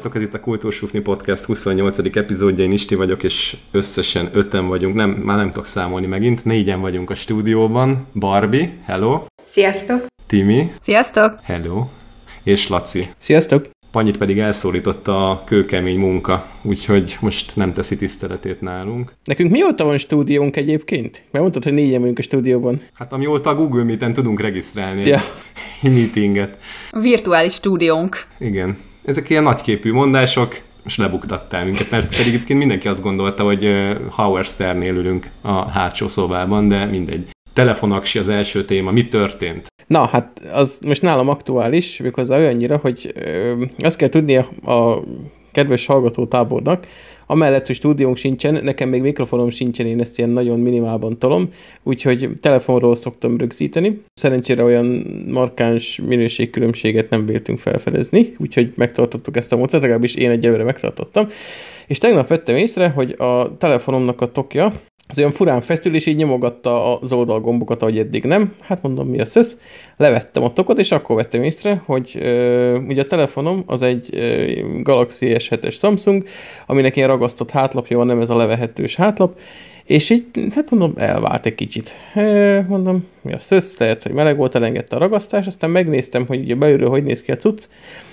Sziasztok, ez itt a Kultúrsufni Podcast 28. epizódja, én Isti vagyok, és összesen 5-en vagyunk, már nem tudok számolni megint, 4-en vagyunk a stúdióban. Barbie, hello! Sziasztok! Timi, sziasztok! hello! És Laci. Sziasztok! Panyit pedig elszólította a kőkemény munka, úgyhogy most nem teszi tiszteletét nálunk. Nekünk mióta van stúdiónk egyébként? Mert mondtad, hogy 4-en vagyunk a stúdióban. Hát amióta a Google Meet-en tudunk regisztrálni egy meetinget. A virtuális stúdiónk. Igen. Ezek ilyen nagyképű mondások, és lebuktattál minket, mert pedig egyébként mindenki azt gondolta, hogy Howard Sternnél ülünk a hátsó szobában, de mindegy. Telefonaksi az első téma. Mi történt? Na, hát az most nálam aktuális, méghozzá olyannyira, hogy azt kell tudnia a kedves hallgatótábornak, amellett, hogy stúdiónk sincsen, nekem még mikrofonom sincsen, én ezt ilyen nagyon minimálban tolom, úgyhogy telefonról szoktam rögzíteni. Szerencsére olyan markáns minőségkülönbséget nem véltünk felfedezni, úgyhogy megtartottuk ezt a módszert, legalábbis én egyelőre megtartottam. És tegnap vettem észre, hogy a telefonomnak a tokja az olyan furán feszül, és így nyomogatta az oldalgombokat, ahogy eddig nem. Hát mondom, mi a szösz. Levettem a tokot, és akkor vettem észre, hogy ugye a telefonom az egy Galaxy S7-es Samsung, aminek ilyen ragasztott hátlapja van, nem ez a levehetős hátlap, és így, hát mondom, elvált egy kicsit. Mondom, mi a szösz, lehet, hogy meleg volt, elengedte a ragasztás, aztán megnéztem, hogy ugye belülről hogy néz ki a cucc,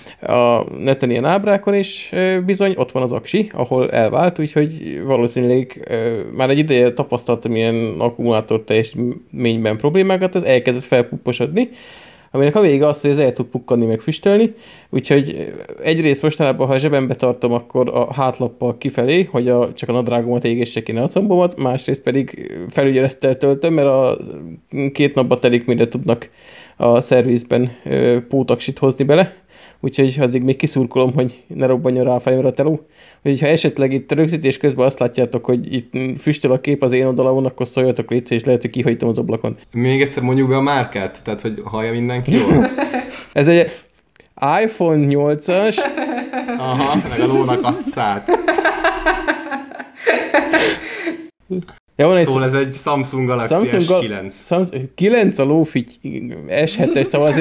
a neten ilyen ábrákon, és bizony ott van az aksi, ahol elvált, úgyhogy valószínűleg már egy ideje tapasztaltam ilyen akkumulátor teljesítményben problémákat, ez elkezdett felpupposodni, aminek a vége az, hogy ez el tud pukkanni, meg füstölni, úgyhogy egyrészt mostanában, ha a zsebembe tartom, akkor a hátlappal kifelé, hogy csak a nadrágomat égesse ki, ne a combomat, másrészt pedig felügyelettel töltöm, mert a 2 napba telik, mire tudnak a szervizben pótaksit hozni bele, úgyhogy addig még kiszurkolom, hogy ne robbanjon rá a fejemre a teló. Úgyhogy ha esetleg itt rögzítés közben azt látjátok, hogy itt füstöl a kép az én oldalamon, akkor szóljatok létszé, és lehet, hogy kihagytam az ablakon. Még egyszer mondjuk be a márkát, tehát hogy hallja mindenki jól? Ez egy iPhone 8-as. Aha, meg a lónak asszát. Szóval ez egy Samsung Galaxy S9. 9 a lófügy S7-es, szóval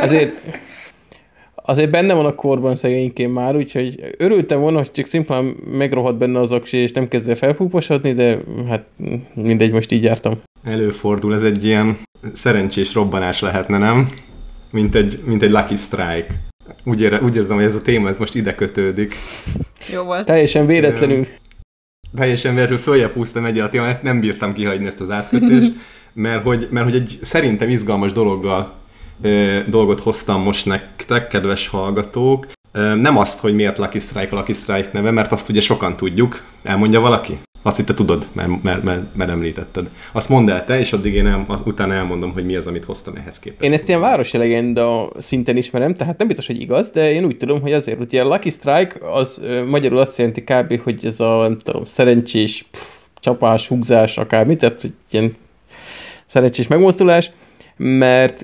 azért benne van a korban szegényként már, úgyhogy örültem volna, hogy csak szimplán megrohadt benne az aksi, és nem kezdve felfúposodni, de hát mindegy, most így jártam. Előfordul, ez egy ilyen szerencsés robbanás lehetne, nem? Mint egy Lucky Strike. Úgy érzem, hogy ez a téma ez most ide kötődik. Jó volt. Teljesen véletlenül. Teljesen véletlenül följebb húztam egyet a témát, nem bírtam kihagyni ezt az átkötést, mert hogy egy szerintem izgalmas dolgot hoztam most nektek, kedves hallgatók. Nem azt, hogy miért Lucky Strike a Lucky Strike neve, mert azt ugye sokan tudjuk. Elmondja valaki? Azt, hogy te tudod, mert említetted. Azt mondd el te, és addig én utána elmondom, hogy mi az, amit hoztam ehhez képest. Én ezt ilyen városi legenda szinten ismerem, tehát nem biztos, hogy igaz, de én úgy tudom, hogy azért, hogy a Lucky Strike az magyarul azt jelenti kb., hogy ez a, nem tudom, szerencsés csapás, húzás, akármi, tehát hogy ilyen szerencsés megmozdulás, mert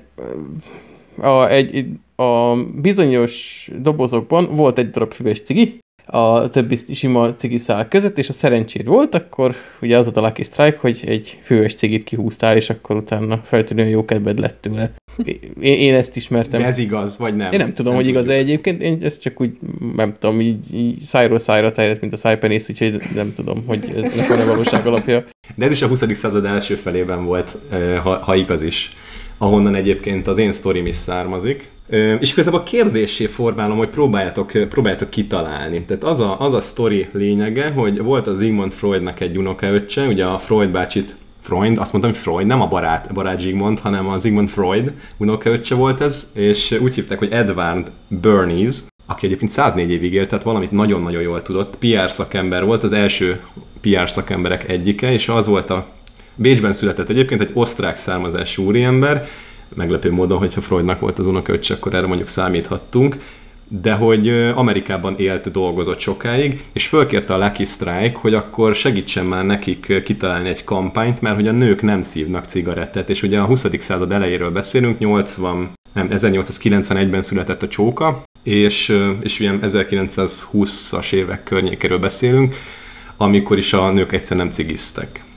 a bizonyos dobozokban volt egy darab füves cigi, a többi sima cigiszál között, és a szerencséd volt, akkor ugye az volt a Lucky Strike, hogy egy füves cigit kihúztál, és akkor utána feltűnően jó kedved lett tőle. Én ezt ismertem. De ez igaz, vagy nem? Én nem tudom, hogy igaz-e egyébként, én ezt csak úgy, nem tudom, így szájról szájra terjedt, mint a szájpenész, úgyhogy nem tudom, hogy ennek van a valóság alapja. De ez is a 20. század első felében volt, ha igaz is, ahonnan egyébként az én sztorim is származik. És igazából a kérdéssé formálom, hogy próbáljátok kitalálni. Tehát az a sztori lényege, hogy volt a Sigmund Freudnak egy unokaöccse, ugye a Freud bácsit, azt mondtam, hogy Freud, nem a barát Zsigmond, hanem a Sigmund Freud unokaöccse volt ez, és úgy hívták, hogy Edward Bernays, aki egyébként 104 évig élt, tehát valamit nagyon-nagyon jól tudott, PR szakember volt, az első PR szakemberek egyike, és az volt Bécsben született egyébként, egy osztrák származású úriember, meglepő módon, hogyha Freudnak volt az unokaöccse, akkor erre mondjuk számíthattunk, de hogy Amerikában élt, dolgozott sokáig, és fölkérte a Lucky Strike, hogy akkor segítsen már nekik kitalálni egy kampányt, mert hogy a nők nem szívnak cigarettát, és ugye a 20. század elejéről beszélünk, 1891-ben született a csóka, és ilyen 1920-as évek környékéről beszélünk, amikor is a nők egyszer nem cigiztek.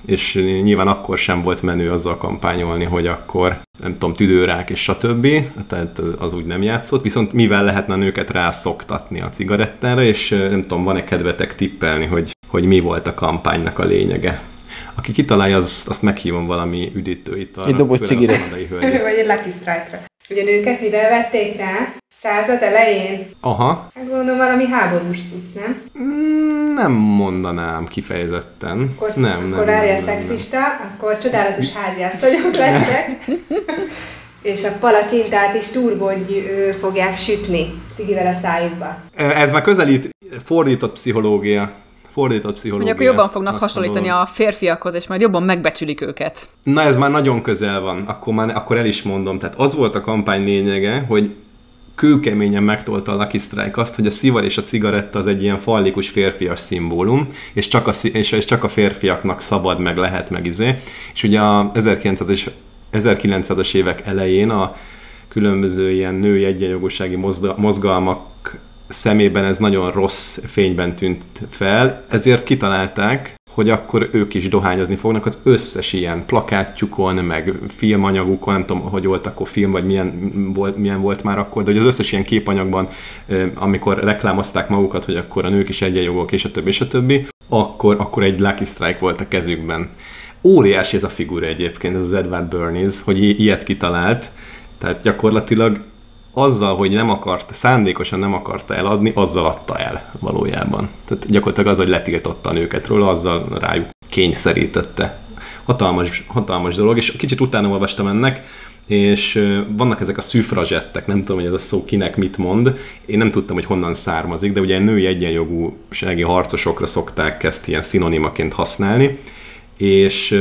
és nyilván akkor sem volt menő azzal kampányolni, hogy akkor nem tudom, tüdőrák és stb. Tehát az úgy nem játszott, viszont mivel lehetne a nőket rászoktatni a cigarettára, és nem tudom, van-e kedvetek tippelni, hogy mi volt a kampánynak a lényege. Aki kitalálja, azt meghívom valami üdítőitalra. Egy doboz cigire. Vagy egy Lucky Strike-ra. Ugye nőket mivel vették rá? Század elején? Aha. Hát gondolom valami háborús cucc, nem? Nem mondanám kifejezetten. Akkor várja szexista, akkor csodálatos háziasszonyok lesznek. És a palacsintát is turbon fogják sütni cigivel a szájukba. Ez már közelít fordított pszichológia. Hogy akkor jobban fognak hasonlítani a férfiakhoz, és majd jobban megbecsülik őket. Na ez már nagyon közel van, akkor el is mondom. Tehát az volt a kampány lényege, hogy kőkeményen megtolta a Lucky Strike azt, hogy a szivar és a cigaretta az egy ilyen fallikus férfias szimbólum, és csak a férfiaknak szabad, meg lehet, meg izé. És ugye a 1900-as évek elején a különböző ilyen női egyenjogúsági mozgalmak szemében ez nagyon rossz fényben tűnt fel, ezért kitalálták, hogy akkor ők is dohányozni fognak az összes ilyen plakátjukon, meg filmanyagukon, nem tudom, hogy volt akkor film, vagy milyen volt már akkor, de hogy az összes ilyen képanyagban, amikor reklámozták magukat, hogy akkor a nők is egyenjogúak, és a többi, akkor egy Lucky Strike volt a kezükben. Óriási ez a figura egyébként, ez az Edward Bernays, hogy ilyet kitalált, tehát gyakorlatilag azzal, hogy szándékosan nem akarta eladni, azzal adta el valójában. Tehát gyakorlatilag az, hogy letiltotta a nőket róla, azzal rájuk kényszerítette. Hatalmas dolog, és kicsit utána olvastam ennek, és vannak ezek a szüfrazsettek, nem tudom, hogy ez a szó kinek mit mond. Én nem tudtam, hogy honnan származik, de ugye női egyenjogúsági harcosokra szokták ezt ilyen szinonimaként használni, és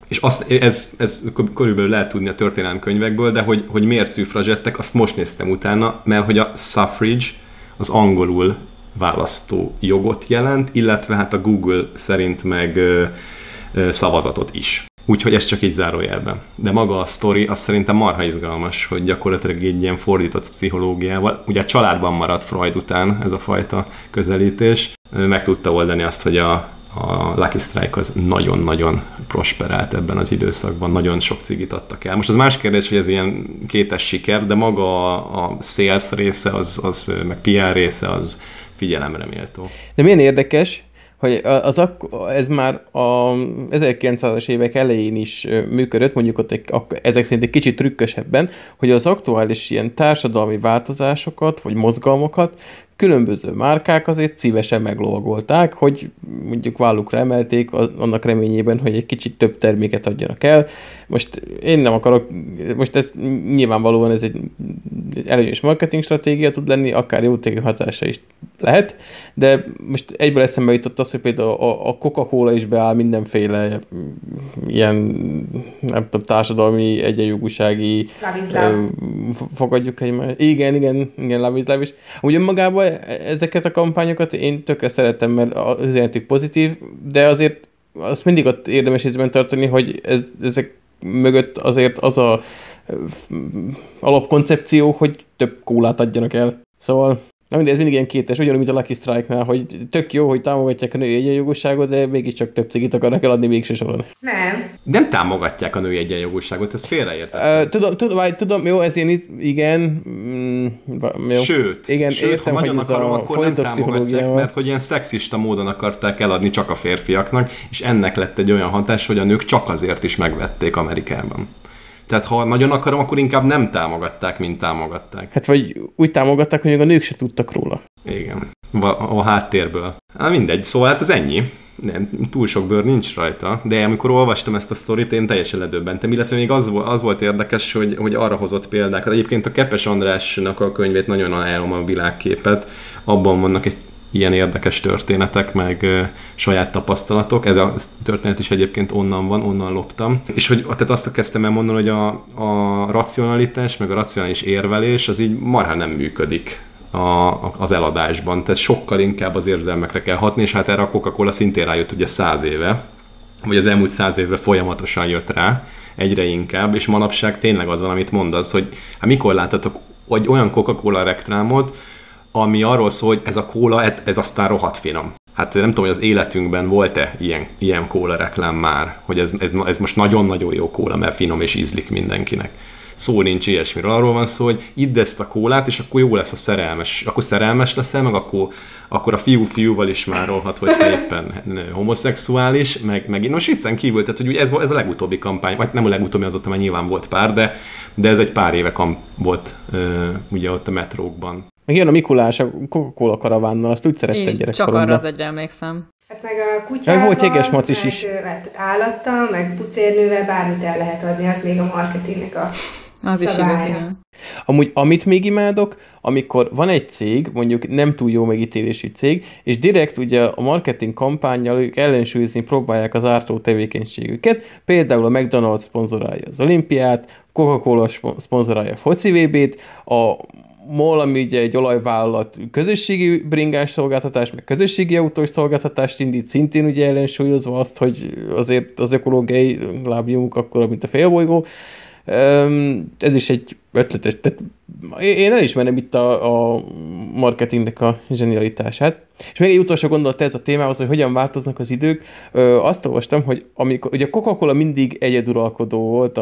ez körülbelül lehet tudni a történelemkönyvekből, de hogy miért szüfrazsettek, azt most néztem utána, mert hogy a suffrage az angolul választó jogot jelent, illetve hát a Google szerint meg szavazatot is. Úgyhogy ez csak így zárójelben. De maga a sztori, az szerintem marha izgalmas, hogy gyakorlatilag egy ilyen fordított pszichológiával, ugye a családban maradt Freud után ez a fajta közelítés, meg tudta oldani azt, hogy a Lucky Strike az nagyon-nagyon prosperált ebben az időszakban, nagyon sok cigit adtak el. Most az más kérdés, hogy ez ilyen kétes siker, de maga a sales része, meg PR része, az figyelemre méltó. De milyen érdekes, hogy ez már a 1900-as évek elején is működött, mondjuk ott ezek szerint egy kicsit trükkösebben, hogy az aktuális ilyen társadalmi változásokat, vagy mozgalmakat különböző márkák azért szívesen meglovagolták, hogy mondjuk vállukra emelték annak reményében, hogy egy kicsit több terméket adjanak el. Most én nem akarok, most ez nyilvánvalóan ez egy előnyös marketing stratégia tud lenni, akár jótékony hatása is lehet, de most egyből eszembe jutott az, hogy például a Coca-Cola is beáll mindenféle ilyen, nem tudom, társadalmi egyenjogúsági fogadjuk egymást. Igen, Love is Love is. Ugyan magában ezeket a kampányokat én tökre szeretem, mert az üzenetük pozitív, de azért azt mindig ott érdemes észben tartani, hogy ezek mögött azért az a alapkoncepció, hogy több kólát adjanak el. Szóval ez mindig ilyen kétes, ugyanúgy, mint a Lucky Strike-nál, hogy tök jó, hogy támogatják a női egyenjogúságot, de mégiscsak több cigit akarnak eladni végső soron. Nem támogatják a női egyenjogúságot, ez félreértettem. Tudom, jó, ez igen. Jó. Sőt, értem, ha nagyon akarom, akkor nem támogatják, mert hogy ilyen szexista módon akarták eladni csak a férfiaknak, és ennek lett egy olyan hatás, hogy a nők csak azért is megvették Amerikában. Tehát ha nagyon akarom, akkor inkább nem támogatták, mint támogatták. Hát vagy úgy támogatták, hogy még a nők se tudtak róla. Igen, a háttérből. Mindegy, szóval hát az ennyi. Nem, túl sok bőr nincs rajta, de amikor olvastam ezt a sztorit, én teljesen ledöbbentem, illetve még az volt érdekes, hogy arra hozott példákat. Egyébként a Kepes Andrásnak a könyvét nagyon ajánlom, a világképet, abban vannak egy ilyen érdekes történetek, meg saját tapasztalatok. Ez a történet is egyébként onnan loptam. És hogy tehát azt kezdtem el mondani, hogy a racionalitás, meg a racionális érvelés az így marha nem működik az eladásban. Tehát sokkal inkább az érzelmekre kell hatni, és hát erre a Coca-Cola szintén rájött ugye 100 éve, vagy az elmúlt 100 évben folyamatosan jött rá, egyre inkább, és manapság tényleg az van, amit mondasz, hogy hát mikor láttatok olyan Coca-Cola reklámot, ami arról szól, hogy ez a kóla, ez aztán rohadt finom. hát nem tudom, hogy az életünkben volt-e ilyen kóla reklám már, hogy ez most nagyon-nagyon jó kóla, mert finom és ízlik mindenkinek. Szó nincs ilyesmiről. Arról van szó, hogy idd ezt a kólát, és akkor jó lesz a szerelmes. Akkor szerelmes leszel, meg akkor a fiúval is már rolhat, hogy éppen homoszexuális, meg most viccen kívül, tehát hogy ez a legutóbbi kampány, vagy nem a legutóbbi, azóta már nyilván volt pár, de ez egy pár éve volt ugye ott a metrókban. Meg jön a Mikulás a Coca-Cola karavánnal, azt úgy szerettem gyerekkoromban. Csak arra az egyre emlékszem. Hát meg a kutyával, volt jeges macis is. Állattal, meg pucérnővel bármit el lehet adni, az még a marketingnek a az is igaz, igen. Amúgy, amit még imádok, amikor van egy cég, mondjuk nem túl jó megítélésű cég, és direkt ugye a marketing kampánnyal ők ellensúlyozni próbálják az ártó tevékenységüket, például a McDonald's szponzorálja az olimpiát, Coca-Cola szponzorálja a foci VB-t, a MOL, ami ugye egy olajvállalat közösségi bringás szolgáltatás, meg közösségi autós szolgáltatást indít, szintén ugye ellensúlyozva azt, hogy azért az ökológiai lábnyomuk akkora, mint a félbolygó. Ez is egy ötletes, tehát én elismerem itt a marketingnek a zsenialitását. És még egy utolsó gondolat ez a témához, hogy hogyan változnak az idők. Azt olvastam, hogy amikor ugye a Coca-Cola mindig egyeduralkodó volt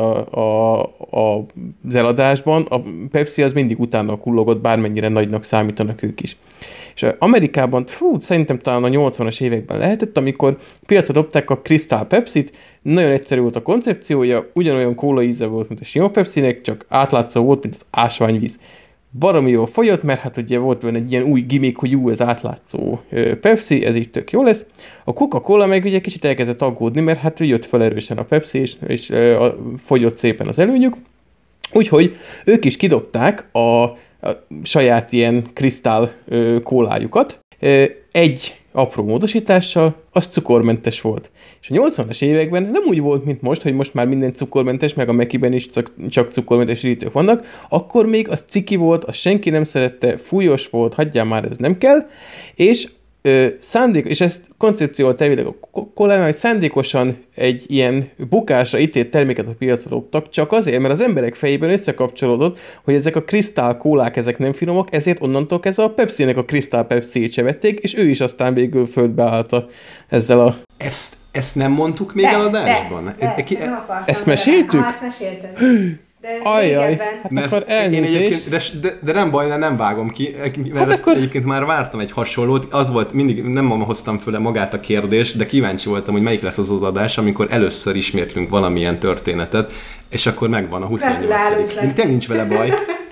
az eladásban, a Pepsi az mindig utána kullogott, bármennyire nagynak számítanak ők is. És Amerikában, szerintem talán a 80-as években lehetett, amikor piacra dobták a Crystal Pepsit, nagyon egyszerű volt a koncepciója, ugyanolyan kóla íze volt, mint a sima Pepsinek, csak átlátszó volt, mint az ásványvíz. Baromi jól folyott, mert hát ugye volt benne egy ilyen új gimmick, hogy ez átlátszó Pepsi, ez így tök jó lesz. A Coca-Cola meg ugye kicsit elkezdett aggódni, mert hát jött fel erősen a Pepsi, és fogyott szépen az előnyük. Úgyhogy ők is kidobták a saját ilyen krisztál kólájukat. Egy apró módosítással, az cukormentes volt. És a 80-as években nem úgy volt, mint most, hogy most már minden cukormentes, meg a Mekiben is csak cukormentes üdítők vannak, akkor még az ciki volt, az senki nem szerette, fújos volt, hagyjál már, ez nem kell, és és ezt koncepcióval elvileg a Coca-Cola, hogy szándékosan egy ilyen bukásra ítélt terméket a piacra dobtak, csak azért, mert az emberek fejében összekapcsolódott, hogy ezek a Crystal kólák, ezek nem finomok, ezért onnantól kezdve a Pepsi-nek a Crystal Pepsi-t se vették, és ő is aztán végül földbe állta ezzel a... Ezt nem mondtuk még el adásban? Ezt meséltük? Azt mesélted. Ajjaj, hát akkor elnézést. De nem baj, nem vágom ki, mert hát ezt egyébként már vártam egy hasonlót. Az volt, mindig nem hoztam föl magát a kérdést, de kíváncsi voltam, hogy melyik lesz az adás, amikor először ismétlünk valamilyen történetet, és akkor megvan a 28. Tényleg nincs vele baj.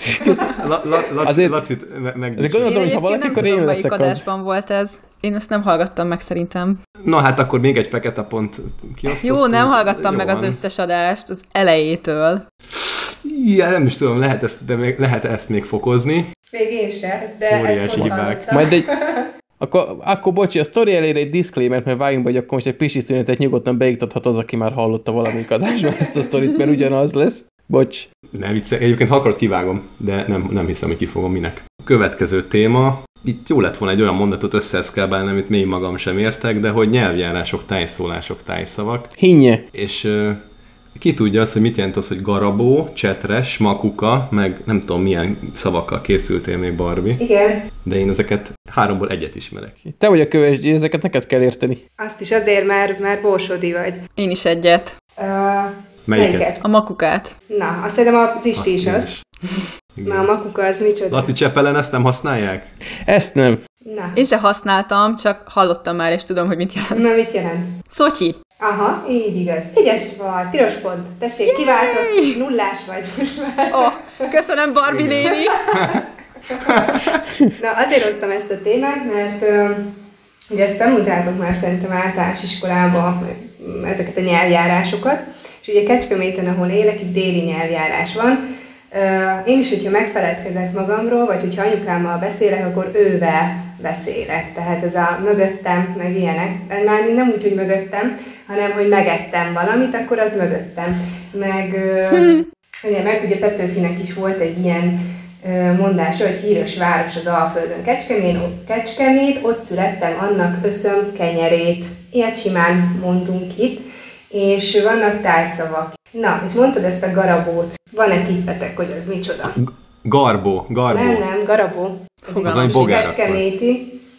Lacit meg... Azért gondoltam, hogy ha valaki, akkor én leszek az. Adásban volt ez. Én ezt nem hallgattam meg szerintem. Na hát akkor még egy fekete pont kiosztottunk. Jó, nem hallgattam meg az összes adást az elejétől. Ja, nem is tudom, lehet ezt még fokozni. Még én se, de ezt hallgattam. Majd akkor bocsi, a sztori elére egy disclaimer, mert vágjunk be, hogy akkor most egy pisi szünetet nyugodtan beiktathat az, aki már hallotta valamelyik adásban ezt a sztorit, mert ugyanaz lesz. Bocs. Nem vicce, egyébként ha akarod kivágom, de nem hiszem, hogy kifogom minek. Következő téma. Itt jó lett volna egy olyan mondatot összeeszkábálni, amit még magam sem értek, de hogy nyelvjárások, tájszólások, tájszavak. Hinnye. És ki tudja azt, hogy mit jelent az, hogy garabó, csetres, makuka, meg nem tudom milyen szavakkal készültél még, Barbie. Igen. De én ezeket 3-ból egyet ismerek. Te vagy a kövesdjé, ezeket neked kell érteni. Azt is azért, mert borsodi vagy. Én is egyet. Melyiket? A makukát. Na, azt szerintem az Isti is az. Na, a makuka az micsoda? Laci, Csepelen ezt nem használják? Ezt nem. Na. Én se használtam, csak hallottam már, és tudom, hogy mit jelent. Na, mit jelent? Szotyi. Aha, így igaz. Egyes vagy, piros pont. Tessék, kiváltott, nullás vagy most már. Köszönöm, Barbie néni. Na, azért hoztam ezt a témát, mert ugye ezt tanultátok már szerintem általános iskolában ezeket a nyelvjárásokat, és ugye Kecskeméten, ahol élek, itt déli nyelvjárás van. Én is, hogyha megfeledkezek magamról, vagy hogyha anyukámmal beszélek, akkor ővel beszélek. Tehát ez a mögöttem, meg ilyenek. Már nem úgy, hogy mögöttem, hanem hogy megettem valamit, akkor az mögöttem. Meg ugye Petőfinek is volt egy ilyen mondása, hogy híres város az Alföldön Kecskemét, ott születtem, annak köszöm kenyerét. Ilyet simán mondunk itt, és vannak tájszavak. Na, itt mondtad ezt a garabót. Van-e tippetek, hogy az micsoda? Garbó. Nem, garabó. Az, ami bogár. Kecskeméti.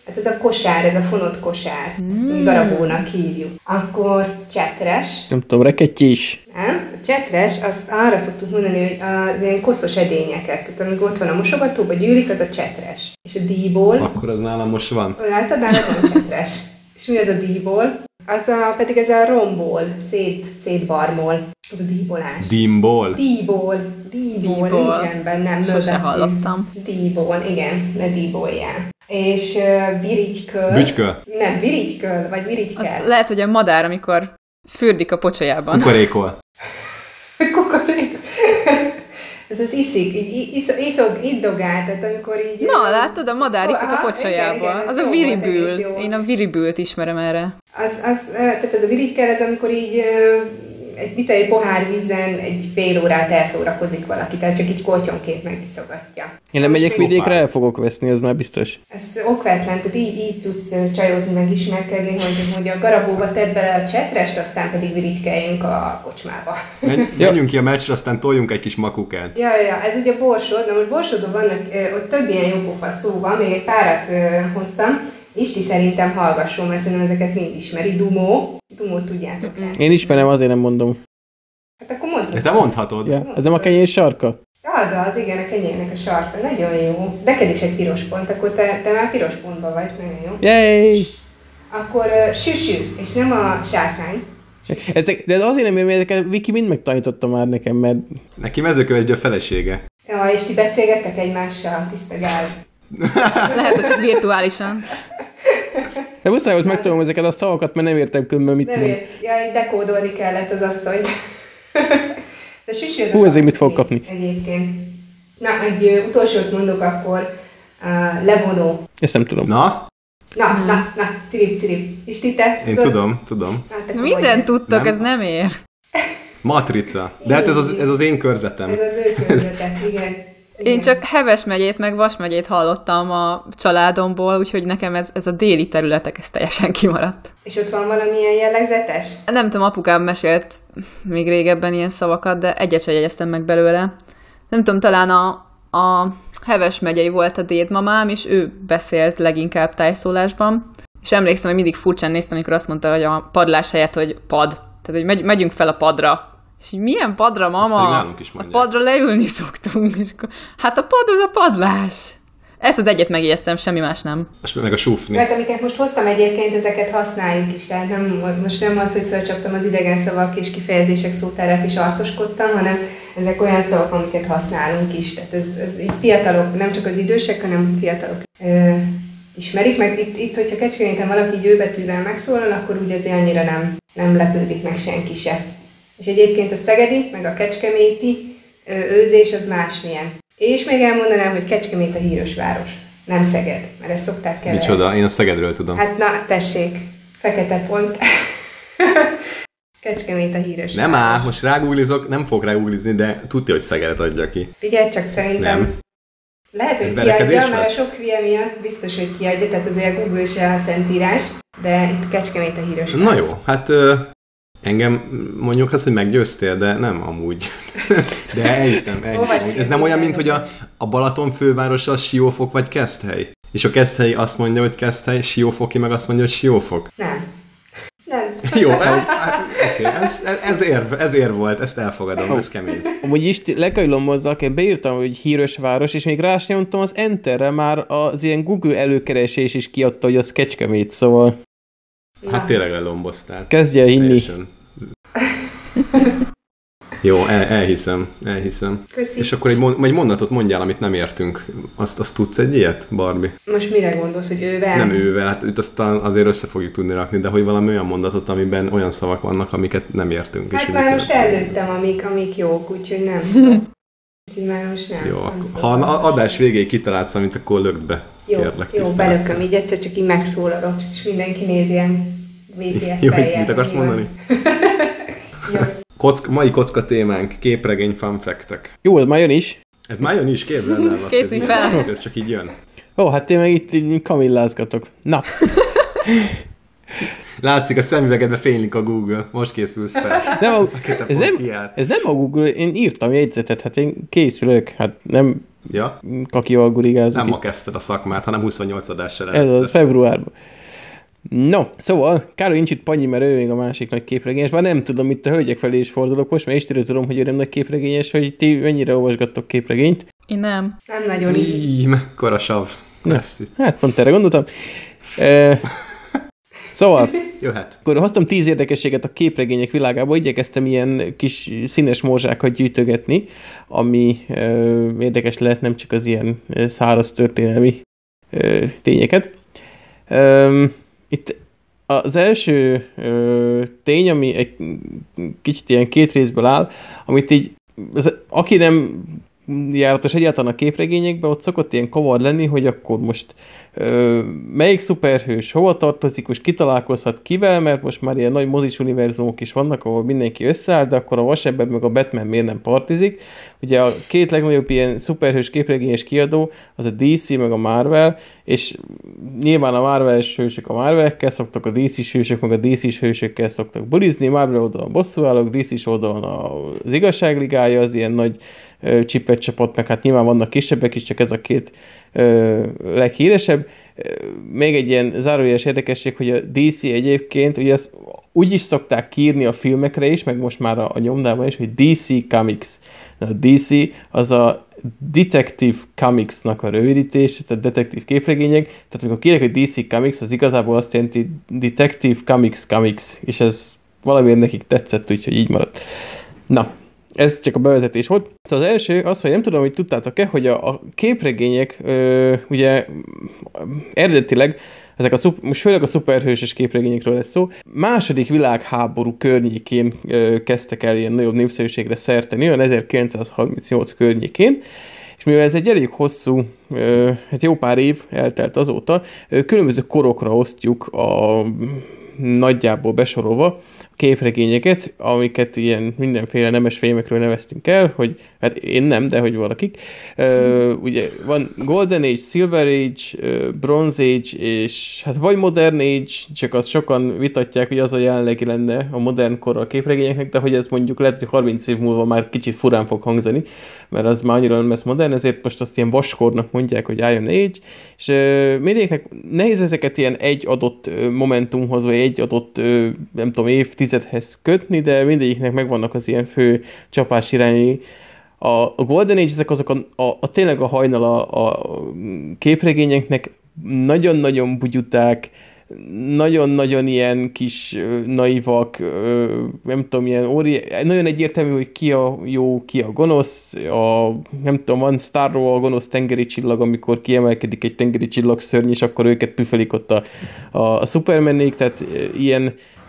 Hát ez a kosár, ez a fonott kosár. Ezt garabónak hívjuk. Akkor csetres. Nem tudom, rekettyés. Nem? A csetres, azt arra szoktuk mondani, hogy ilyen koszos edényeket. Tehát amikor ott van a mosogatóba, gyűlik, az a csetres. És a díjból... Akkor az nálam most van. Látod, nálad van csetres. És mi az a díjból? Pedig ez a romból, szétbarmol. Az a díjbolás. Díjból? Díjból, nincsen bennem. Sose hallottam. Díjból, igen, ne díjboljál. És virigyköl. Bütyköl? Nem, virigyköl, vagy virigykel. Az lehet, hogy a madár, amikor fürdik a pocsolyában. Kukorékol. Kukorékol. Ez az iszik, így iddogál, tehát amikor így... Na, látod, a madár iszik a pocsolyába. Igen, az a viribül. Én a viribült ismerem erre. Tehát ez a virigykel, ez amikor így egy pohár vízen egy fél órát elszórakozik valaki, tehát csak így kortyonként megiszogatja. Én lemegyek vidékre, el fogok veszni, az már biztos. Ez okvetlen, tehát így tudsz csajozni, meg ismerkedni, hogy a garabóba tedd bele a csetrest, aztán pedig virigykeljünk a kocsmába. Menjünk ki a meccsre, aztán toljunk egy kis makukát. Ja, ez ugye Borsod, na most Borsodon vannak, ott több ilyen jópofa szó van, még egy párat hoztam. Isti szerintem hallgasson, mert szerintem ezeket mind ismeri. Dumót tudjátok el. Én ismerem, azért nem mondom. Hát akkor mondhatod. De te mondhatod. Ja, ez nem a kenyér sarka? Az, igen, a kenyérnek a sarka. Nagyon jó. Neked is egy piros pont, akkor te már piros pontban vagy. Nagyon jó. Yay! Akkor süsű, és nem a sárkány. De azért nem jön, mert ezeket Viki mind megtanította már nekem, mert... Neki mezőkövesdő a felesége. Ja, és ti beszélgettek egymással, tiszta gál. Lehet, hogy csak virtuálisan. De muszáj volt megtudom ezeket a szavakat, mert nem értem különben mit mond. Ja, dekódolni kellett az asszony. De süsű ez Hú, ezért mit fog kapni? Egyébként. Na, egy utolsót mondok akkor. Levonó. Ezt nem tudom. Na, cirip. És ti te? Én tudom. Mindent tudtok, ez nem ér. Matrica. De hát ez az én körzetem. Ez az ő körzetek, igen. Én csak Heves megyét, meg Vas megyét hallottam a családomból, úgyhogy nekem ez a déli területek, ez teljesen kimaradt. És ott van valamilyen jellegzetes? Nem tudom, apukám mesélt még régebben ilyen szavakat, de egyet sem jegyeztem meg belőle. Nem tudom, talán a Heves megyei volt a dédmamám, és ő beszélt leginkább tájszólásban. És emlékszem, hogy mindig furcsán néztem, amikor azt mondta, hogy a padlás helyett, hogy pad. Tehát, hogy megyünk fel a padra. És így, milyen padra, mama? A padra leülni szoktunk. És akkor, hát a pad az a padlás. Ezt az egyet megjegyeztem, semmi más nem. És meg a súfni. Mert amiket most hoztam egyébként, ezeket használjuk is. Tehát most nem az, hogy felcsaptam az idegen szavak és kifejezések szótárát és arcoskodtam, hanem ezek olyan szavak, amiket használunk is. Tehát ez így fiatalok, nem csak az idősek, hanem fiatalok ismerik. Meg itt hogyha Kecskeméten valaki így őbetűvel megszólal, akkor úgy azért annyira nem lepődik meg senki se. És egyébként a szegedi, meg a kecskeméti őzés az másmilyen. És még elmondanám, hogy Kecskemét a híres város, nem Szeged, mert ezt szokták keverni. Micsoda? Én a Szegedről tudom. Hát na, tessék, fekete pont. Kecskemét a híres nem város. áll, most rágooglizok, nem fog rágooglizni, de tudja, hogy Szegedet adja ki. Figyelj csak, szerintem Nem. lehet, hogy Ez kiadja, verekedés mert a lesz? sok hülye miatt biztos, hogy kiadja, tehát azért a Google se a szentírás, de itt Kecskemét a híres város. Na jó, hát engem mondjuk azt, hogy meggyőztél, de nem amúgy. De elhiszem. Ez nem olyan, mint hogy a Balaton fővárosa az Siófok vagy Keszthely. És a Keszthely azt mondja, hogy Keszthely, Siófoki meg azt mondja, hogy Siófok. Nem. Jó, oké, ez érv volt, ezt elfogadom, ez kemény. Amúgy is lekajlommozzak, én beírtam, hogy híres város, és még rá is nyomtam az Enterre, már az ilyen Google előkeresés is kiadta, hogy az Kecskemét, szóval... Hát tényleg lelomboztál. Kezdje el hinni. Teljesen. Jó, elhiszem. Köszi. És akkor egy mondatot mondjál, amit nem értünk. Azt tudsz egy ilyet, Barbie? Most mire gondolsz, hogy ővel? Nem ővel, hát őt aztán azért össze fogjuk tudni rakni, de hogy valami olyan mondatot, amiben olyan szavak vannak, amiket nem értünk. Hát és már most előttem, amik jók, úgyhogy nem. Úgyhogy már most nem. Jó, akkor, ha adás végéig kitalálsz valamit, akkor lökd be. Jó, kérlek, jó, tisztelettel. belököm, így egyszer csak így megszólalok, és mindenki néz ilyen VTF Jó, fejjel. mit akarsz mondani? Jó. Mai kocka témánk, képregény fanfektek. Jó, ez már jön is. Ez már jön is, képzeld el, Laci, Készülj fel. Ez csak így jön. Ó, hát én meg itt így kamillázgatok. Na, Látszik, a szemüvegedbe fénylik a Google. Most készülsz fel. nem a, Fekete ez, pont nem, kiállt. ez nem a Google, én írtam jegyzetet, hát én készülök, hát nem Ja? Kakival gurigázunk. Nem ma kezdted a szakmát, hanem 28 adással Ez az, februárban. No, szóval, Károly nincs itt Panyi, mert ő még a másik nagy képregényes, bár nem tudom, itt a hölgyek felé is fordulok most, mert Istenről tudom, hogy ő nem nagy képregényes, hogy ti mennyire olvasgattok képregényt. Én nem. Nem nagyon így. Íj, mekkora sav lesz itt. Hát pont erre gondoltam. Szóval, Jöhet. akkor hoztam 10 érdekességet a képregények világába, igyekeztem ilyen kis színes morzsákat gyűjtögetni, ami érdekes lehet, nem csak az ilyen száraz történelmi tényeket. Itt az első tény, ami egy kicsit ilyen két részből áll, amit így, aki nem járatos egyáltalán a képregényekbe, ott szokott ilyen kavar lenni, hogy akkor most melyik szuperhős hova tartozik, most kitalálkozhat kivel, mert most már ilyen nagy mozis univerzumok is vannak, ahol mindenki összeáll, de akkor a Vasember meg a Batman miért nem partizik. Ugye a két legnagyobb ilyen szuperhős képregényes kiadó, az a DC meg a Marvel, és nyilván a Marvel-es hősök a Marvel-ekkel szoktak, a DC-s hősök meg a DC-s hősökkel szoktak bulizni, Marvel oldalon bosszúállók, DC-s oldalon az igazságligája, az ilyen nagy csipet csapat, meg hát nyilván vannak kisebbek is, csak ez a két leghíresebb. Még egy ilyen zárójeles érdekesség, hogy a DC egyébként, ugye ezt úgy is szokták kiírni a filmekre is, meg most már a nyomdában is, hogy DC Comics. A DC az a Detective Comics-nak a rövidítés, tehát detektív képregények, tehát amikor kérek, hogy DC Comics, az igazából azt jelenti Detective Comics, és ez valamiért nekik tetszett, úgyhogy így maradt. Na, ez csak a bevezetés volt. Szóval az első az, hogy nem tudom, hogy tudtátok-e, hogy a képregények ugye eredetileg ezek most főleg a szuperhősös képregényekről lesz szó, második világháború környékén kezdtek el ilyen nagyobb népszerűségre szerteni, olyan 1938 környékén, és mivel ez egy elég hosszú, hát jó pár év eltelt azóta, különböző korokra osztjuk a nagyjából besorolva képregényeket, amiket ilyen mindenféle nemes fémekről neveztünk el, hogy hát én nem, de hogy valakik. Ugye van Golden Age, Silver Age, Bronze Age, és hát vagy Modern Age, csak azt sokan vitatják, hogy az a jelenlegi lenne a modern kor a képregényeknek, de hogy ez mondjuk lehet, hogy 30 év múlva már kicsit furán fog hangzani, mert az már annyira nem lesz modern, ezért most azt ilyen vaskornak mondják, hogy Iron Age, és mindegyiknek nehéz ezeket ilyen egy adott momentumhoz, vagy egy adott, nem tudom, évtizedhez kötni, de mindegyiknek megvannak az ilyen fő csapás irányai. A Golden Age, ezek azok tényleg a hajnal a képregényeknek nagyon-nagyon bugyuták, nagyon-nagyon ilyen kis naivak, nem tudom, ilyen nagyon egyértelmű, hogy ki a jó, ki a gonosz, nem tudom, van Starro a gonosz tengeri csillag, amikor kiemelkedik egy tengeri csillagszörny, és akkor őket püfelik ott a Supermanék, tehát ilyen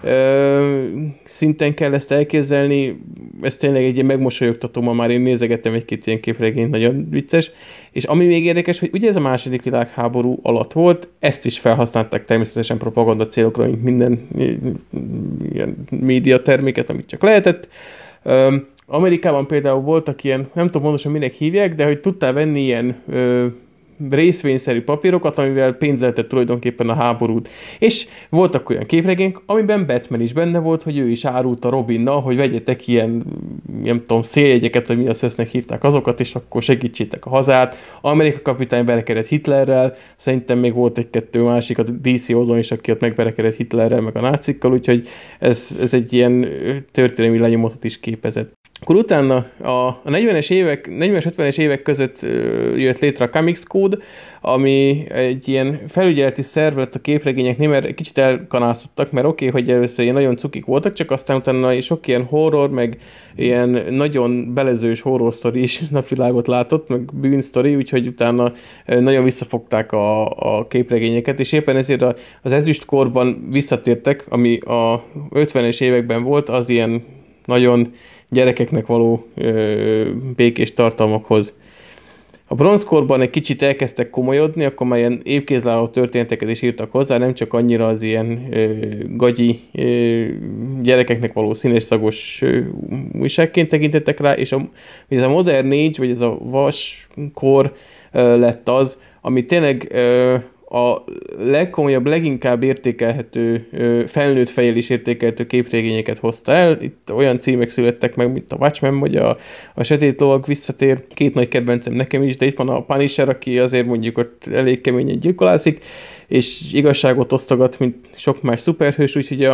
szinten kell ezt elképzelni, ez tényleg egy ilyen megmosolyogtató, ma már én nézegettem egy-két ilyen képregényt, nagyon vicces, és ami még érdekes, hogy ugye ez a második világháború alatt volt, ezt is felhasználták természetesen propaganda célokra, mint minden ilyen média terméket, amit csak lehetett. Amerikában például voltak ilyen, nem tudom pontosan minek hívják, de hogy tudtál venni ilyen részvényszerű papírokat, amivel pénzelted tulajdonképpen a háborút. És voltak olyan képregények, amiben Batman is benne volt, hogy ő is árulta Robinnal, hogy vegyetek ilyen, nem tudom, széljegyeket, vagy mi a szesznek hívták azokat, és akkor segítsétek a hazát. Amerika kapitány verekedett Hitlerrel, szerintem még volt egy-kettő másik a DC oldalon is, aki ott megverekedett Hitlerrel, meg a nácikkal, úgyhogy ez egy ilyen történelmi lenyomatot is képezett. Akkor utána a 40-es évek, 40-50-es évek között jött létre a Comics Code, ami egy ilyen felügyeleti szerv lett a képregényeknél, mert kicsit elkanászottak, mert oké, hogy először ilyen nagyon cukik voltak, csak aztán utána sok ilyen horror, meg ilyen nagyon belezős horror sztori is napvilágot látott, meg bűnsztori, úgyhogy utána nagyon visszafogták a képregényeket, és éppen ezért az ezüstkorban visszatértek, ami a 50-es években volt, az ilyen nagyon gyerekeknek való békés tartalmakhoz. A bronzkorban egy kicsit elkezdtek komolyodni, akkor már ilyen évkézlálló történeteket is írtak hozzá, nem csak annyira az ilyen gagyi gyerekeknek való színes szagos újságként tekintettek rá, és ez a Modern Age, vagy ez a vaskor lett az, ami tényleg a legkomolyabb, leginkább értékelhető, felnőtt fejjel is értékelhető képregényeket hozta el. Itt olyan címek születtek meg, mint a Watchmen, vagy a Sötét Lovag visszatér. Két nagy kedvencem nekem is, de itt van a Punisher, aki azért mondjuk ott elég keményen gyilkolászik, és igazságot osztogat, mint sok más szuperhős, úgyhogy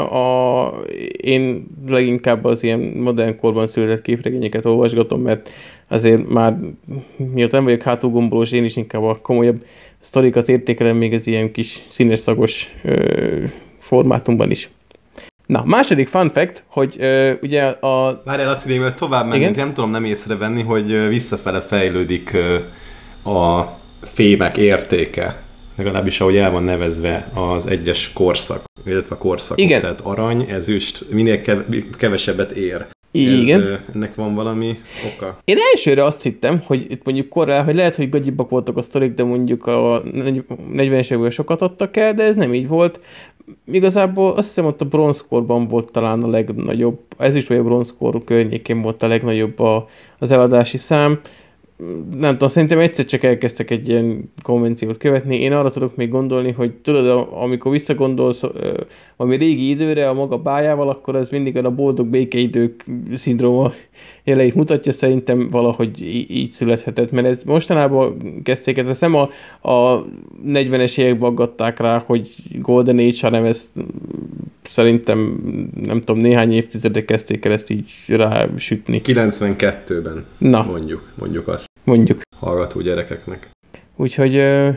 én leginkább az ilyen modern korban született képregényeket olvasgatom, mert azért már miatt nem vagyok hátulgombolós, én is inkább a komolyabb sztorikat értékelem még az ilyen kis színes szagos formátumban is. Na, második fun fact, hogy ugye a... Várjál, Laci, még tovább mennénk, nem tudom nem észrevenni, hogy visszafele fejlődik a fémek értéke. Legalábbis ahogy el van nevezve az egyes korszak, illetve a korszakok. Igen. Tehát arany, ezüst, minél kevesebbet ér. Igen. Ennek van valami oka? Én elsőre azt hittem, hogy itt mondjuk korrel, hogy lehet, hogy gagyibbak voltak a sztorik, de mondjuk a 40-es években sokat adtak el, de ez nem így volt. Igazából azt hiszem, ott a bronzkorban volt talán a legnagyobb, ez is vagy a bronzkor környékén volt a legnagyobb az eladási szám. Nem tudom, szerintem egyszer csak elkezdtek egy ilyen konvenciót követni. Én arra tudok még gondolni, hogy tudod, amikor visszagondolsz valami régi időre a maga bájával, akkor ez mindig a boldog békeidők szindróma jeleit mutatja, szerintem valahogy így születhetett, mert ez mostanában kezdték, ez nem a 40-es években aggatták rá, hogy Golden Age, hanem ezt szerintem, nem tudom, néhány évtizedek kezdték el ezt így rásütni. 92-ben, na, mondjuk azt. Mondjuk. Hallgató gyerekeknek. Úgyhogy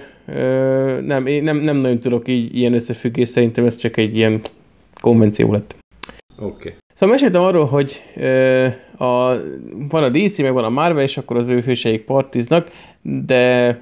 én nem nagyon tudok így ilyen összefüggés, szerintem ez csak egy ilyen konvenció lett. Oké. Szóval meséltem arról, hogy van a DC, meg van a Marvel, és akkor az ő hőseik partiznak, de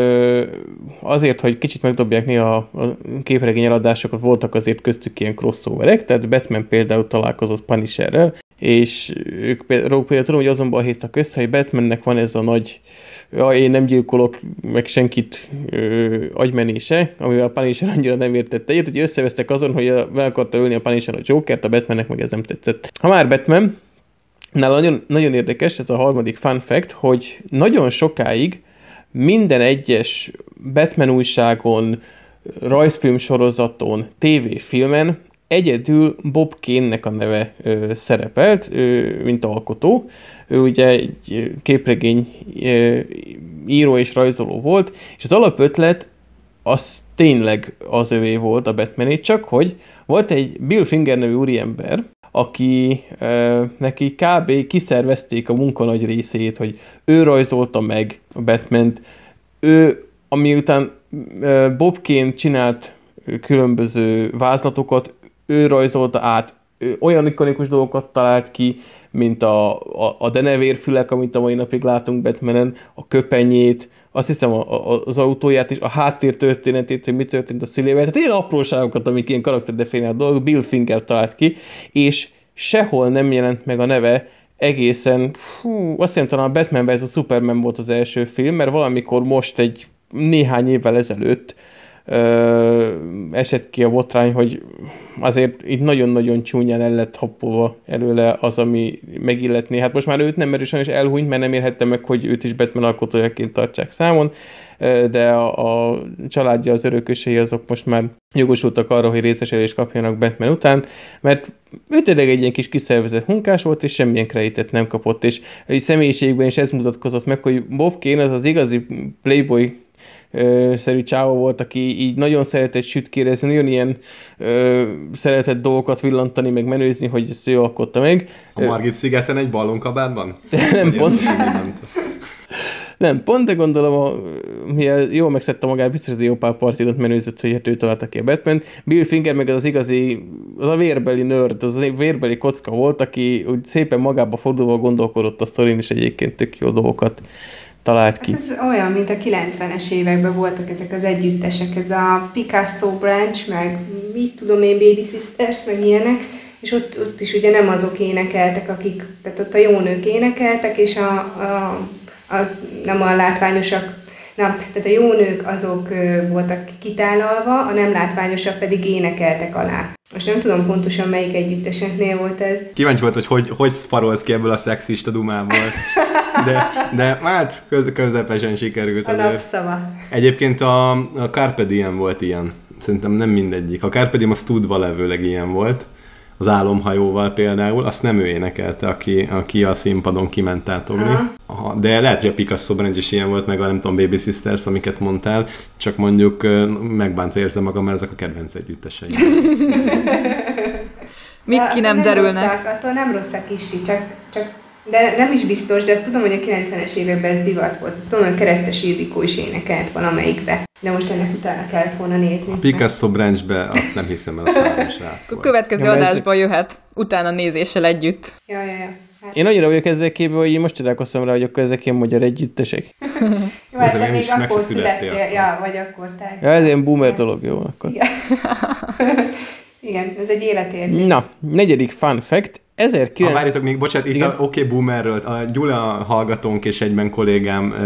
azért, hogy kicsit megdobják néha a képregény eladásokat, voltak azért köztük ilyen crossoverek, tehát Batman például találkozott Punisherrel, és ők például tudom, hogy azon balhéztak össze, hogy Batmannek van ez a nagy én nem gyilkolok meg senkit agymenése, amivel a Punisher annyira nem értette egyet, hogy összevesztek azon, hogy meg akarta ölni a Punisher a Jokert, a Batmannek meg ez nem tetszett. Ha már Batman, nála nagyon, nagyon érdekes, ez a harmadik fun fact, hogy nagyon sokáig minden egyes Batman újságon, rajzfilm sorozaton, tévéfilmen egyedül Bob Kane-nek a neve szerepelt, mint alkotó. Ő ugye egy képregény író és rajzoló volt, és az alapötlet az tényleg az övé volt, a Batmanét, csak hogy volt egy Bill Finger nevű úriember, aki neki kb. Kiszervezték a munka nagy részét, hogy ő rajzolta meg a Batmant, ami után Bob Kane csinált különböző vázlatokat, ő rajzolta át, olyan ikonikus dolgokat talált ki, mint a denevérfülek, amit a mai napig látunk Batmanen, a köpenyét, azt hiszem az autóját is, a háttér történetét, hogy mi történt a szülével, tehát ilyen apróságokat, amik ilyen karakterdefiniált dolgok, Bill Finger talált ki, és sehol nem jelent meg a neve egészen, azt hiszem talán a Batman vs. Superman volt az első film, mert valamikor most egy néhány évvel ezelőtt esett ki a botrány, hogy azért itt nagyon-nagyon csúnyán el lett happolva előle az, ami megilletné. Hát most már őt nem, mert sajnos elhunyt, mert nem érhette meg, hogy őt is Batman alkotójaként tartsák számon, de a családja, az örökösei azok most már jogosultak arra, hogy részesedést kapjanak Batman után, mert ő tényleg egy ilyen kis kiszervezett munkás volt, és semmilyen kreditet nem kapott, és a személyiségben is ez mutatkozott meg, hogy Bob Kane az igazi playboy szerű csávó volt, aki így nagyon szeretett sütkérezni, nagyon ilyen szeretett dolgokat villantani, meg menőzni, hogy ezt ő alkotta meg. A Margit szigeten egy ballonkabátban? Nem pont. Nem pont, de gondolom, mivel jól megszedte magát, biztos az jó pár partidot menőzött, hogy hát ő találta ki a Batman. Bill Finger meg az igazi, az a vérbeli nerd, az a vérbeli kocka volt, aki úgy szépen magába fordulva gondolkodott a sztorin, és egyébként tök jó dolgokat talált ki. Hát ez olyan, mint a 90-es években voltak ezek az együttesek, ez a Picasso Branch, meg mit tudom én, Baby Sisters, meg ilyenek, és ott is ugye nem azok énekeltek, tehát ott a jó nők énekeltek, és nem a látványosak Na, tehát a jó nők azok voltak kitálalva, a nem látványosak pedig énekeltek alá. Most nem tudom pontosan melyik együtteseknél volt ez. Kíváncsi volt, hogy szparolsz ki ebből a szexista dumából. De hát közepesen sikerült. A napszava. Egyébként a Carpe Diem volt ilyen. Szerintem nem mindegyik. A Carpe Diem az tudva levőleg ilyen volt. Az álomhajóval például, azt nem ő énekelte, aki a színpadon kiment tátogni. Aha, de lehet, hogy a Picasso Branch is ilyen volt, meg a nem tudom, Baby Sisters, amiket mondtál, csak mondjuk megbántva érzem magam, mert ezek a kedvenc együttesei. Mik ki nem derülnek? Attól nem rosszak Isti, csak de nem is biztos, de azt tudom, hogy a 90-es években ez divat volt. Azt tudom, hogy Keresztes Ildikó is énekelt valamelyikbe. De most ennek utána kellett volna nézni. A Picasso Branch-be azt nem hiszem, mert az három srác volt. A következő adásban jöhet, utána nézéssel együtt. Ja. Hát. Én annyira vagyok ezzel képben, hogy én most csodálkoztam rá, hogy akkor ezek ilyen magyar együttesek. Jó, hát te még akkor születtél. Ja, vagy akkor te. Ja, ez ilyen boomer dolog, jó akkor. Igen, ez egy életérzés. Na, 4. fun fact. Várjatok még, bocsánat, itt a OK Boomerről, a Gyula hallgatónk és egyben kollégám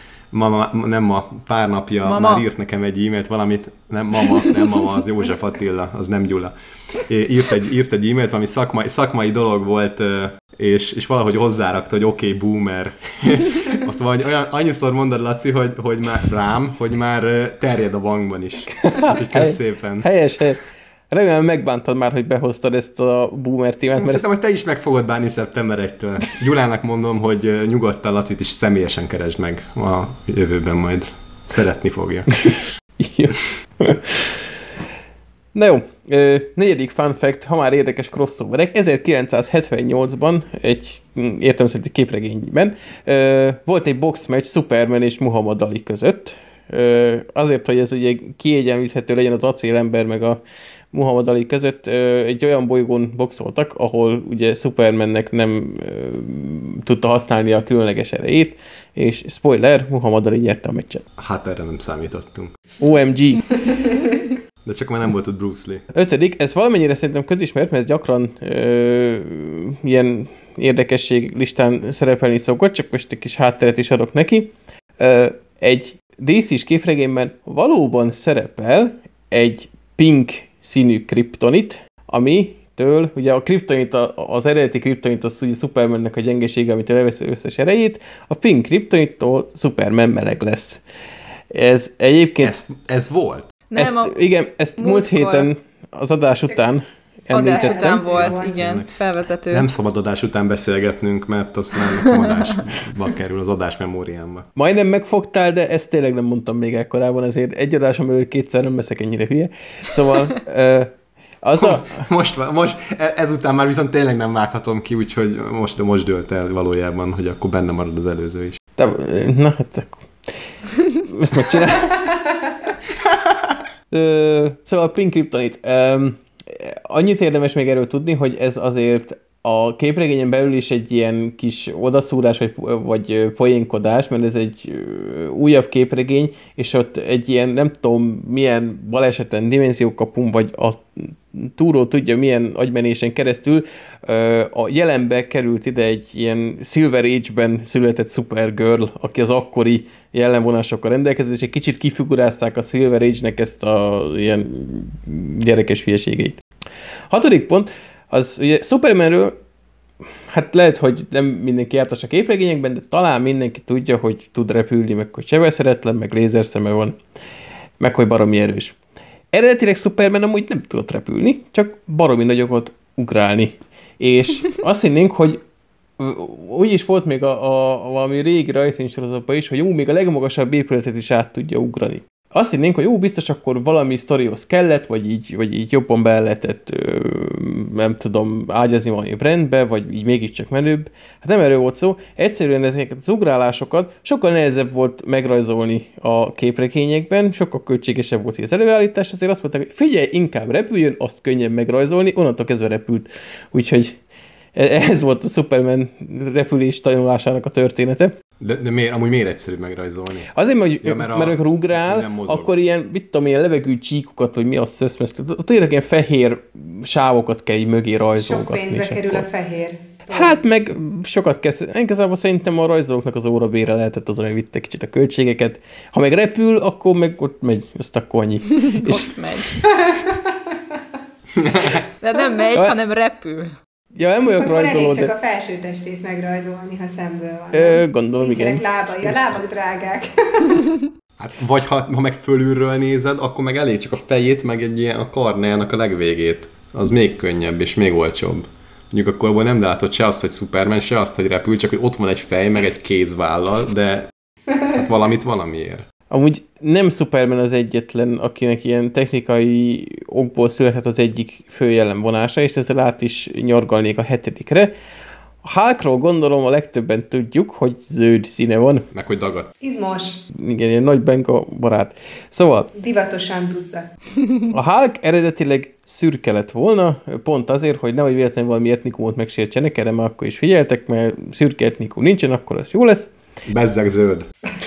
pár napja már írt nekem egy e-mailt, valamit, nem mama, az József Attila, az nem Gyula. Írt egy e-mailt, valami szakmai dolog volt, és valahogy hozzárakta, hogy OK Boomer. Azt mondja, hogy annyiszor mondod, Laci, hogy már terjed a bankban is. Úgyhogy kösz szépen. Helyes. Remélem megbántad már, hogy behoztad ezt a boomer témát. Szerintem, hogy te is meg fogod bánni szeptember 1-től. Gyulának mondom, hogy nyugodtan Lacit is személyesen keresd meg a jövőben majd. Szeretni fogja. Na jó, 4. fun fact, ha már érdekes crossoverek, 1978-ban egy értelemszerűen képregényben volt egy boxmatch Superman és Muhammad Ali között. Azért, hogy ez ugye kiegyenlíthető legyen az acélember meg a Muhammad Ali között, egy olyan bolygón boxoltak, ahol ugye Supermannek nem tudta használni a különleges erejét, és spoiler, Muhammad Ali nyerte a meccset. Hát erre nem számítottunk. OMG! De csak már nem volt ott Bruce Lee. 5. Ez valamennyire szerintem közismert, mert ez gyakran ilyen érdekesség listán szerepelni szokott, csak most egy kis hátteret is adok neki. Egy DC-s képregényben valóban szerepel egy pink színű kriptonit, amitől, ugye a kriptonit, az eredeti kriptonit az ugye Supermannek a gyengesége, amitől elveszi összes erejét, a pink kriptonittól Superman meleg lesz. Ez egyébként... Ez volt? Igen, ezt múlt héten az adás után adás után volt, igen, felvezető. Nem szabad adás után beszélgetnünk, mert az már adásba kerül, az adás memóriámba. Majdnem megfogtál, de ezt tényleg nem mondtam még el korábban, ezért egy adásom belül kétszer nem leszek ennyire hülye. Szóval most ezután már viszont tényleg nem vághatom ki, úgyhogy most dőlt el valójában, hogy akkor benne marad az előző is. Na, hát akkor... Ezt megcsinál. Szóval a Pink Kryptonit. Annyit érdemes még erről tudni, hogy ez azért a képregényen belül is egy ilyen kis odaszúrás vagy poénkodás, mert ez egy újabb képregény, és ott egy ilyen nem tudom milyen baleseten, dimenziókapun, vagy a túró tudja milyen agymenésen keresztül a jelenbe került ide egy ilyen Silver Age-ben született Supergirl, aki az akkori jellemvonásokkal rendelkezett, és egy kicsit kifigurázták a Silver Age-nek ezt a ilyen gyerekes hülyeségeit. 6. pont, az ugye Supermanről, hát lehet, hogy nem mindenki jártas a képregényekben, de talán mindenki tudja, hogy tud repülni, meg hogy sebezhetetlen, meg lézerszeme van, meg hogy baromi erős. Eredetileg Superman amúgy nem tudott repülni, csak baromi nagyokat ugrálni. És azt hinnénk, hogy úgy is volt még a valami régi rajzfilmsorozatban is, hogy még a legmagasabb épületet is át tudja ugrani. Azt hinnénk, hogy biztos akkor valami sztorihoz kellett, vagy így jobban be lehetett, nem tudom, ágyazni valami brandbe, vagy így mégiscsak menőbb. Hát nem erről volt szó. Egyszerűen ezeket az ugrálásokat sokkal nehezebb volt megrajzolni a képregényekben, sokkal költségesebb volt az előállítás, azért azt mondták, hogy figyelj, inkább repüljön, azt könnyen megrajzolni, onnantól kezdve repült. Úgyhogy ez volt a Superman repülés tanulásának a története. De miért egyszerűbb megrajzolni? Azért, mert amikor ugrál, akkor ilyen, mit tudom, ilyen levegő csíkokat, vagy mi az szöszmeszt, tényleg ilyen fehér sávokat kell így mögé rajzolgatni. Sok pénzbe kerül a fehér. Hát meg sokat kezd. Igazából szerintem a rajzolóknak az órabére lehetett azon, hogy vitte kicsit a költségeket. Ha meg repül, akkor meg ott megy. Azt akkor annyi. Ott megy. De nem megy, hanem repül. Ja, nem vagyok Akkor rajzoló, elég csak de... a felső testét megrajzolni, ha szemből van. Gondolom, Nincsenek igen. lábai, a lábak drágák. Hát, vagy ha meg fölülről nézed, akkor meg elég csak a fejét, meg egy ilyen a karnájának a legvégét. Az még könnyebb és még olcsóbb. Mondjuk akkor abból nem látod se azt, hogy Superman, se azt, hogy repül, csak hogy ott van egy fej, meg egy kézvállal, de hát valamit valamiért. Amúgy nem Superman az egyetlen, akinek ilyen technikai okból született az egyik fő jellemvonása, és ezzel át is nyargalnék a 7-re. A Hulkról gondolom a legtöbben tudjuk, hogy zöld színe van. Meg hogy dagadt. Izmos, Igen, ilyen nagy benga barát. Szóval divatosan duzza. a Hulk eredetileg szürke lett volna, pont azért, hogy nehogy véletlenül valami etnikumot megsértsenek, erre már akkor is figyeltek, mert szürke etnikum nincsen, akkor az jó lesz. Bezzeg zöld.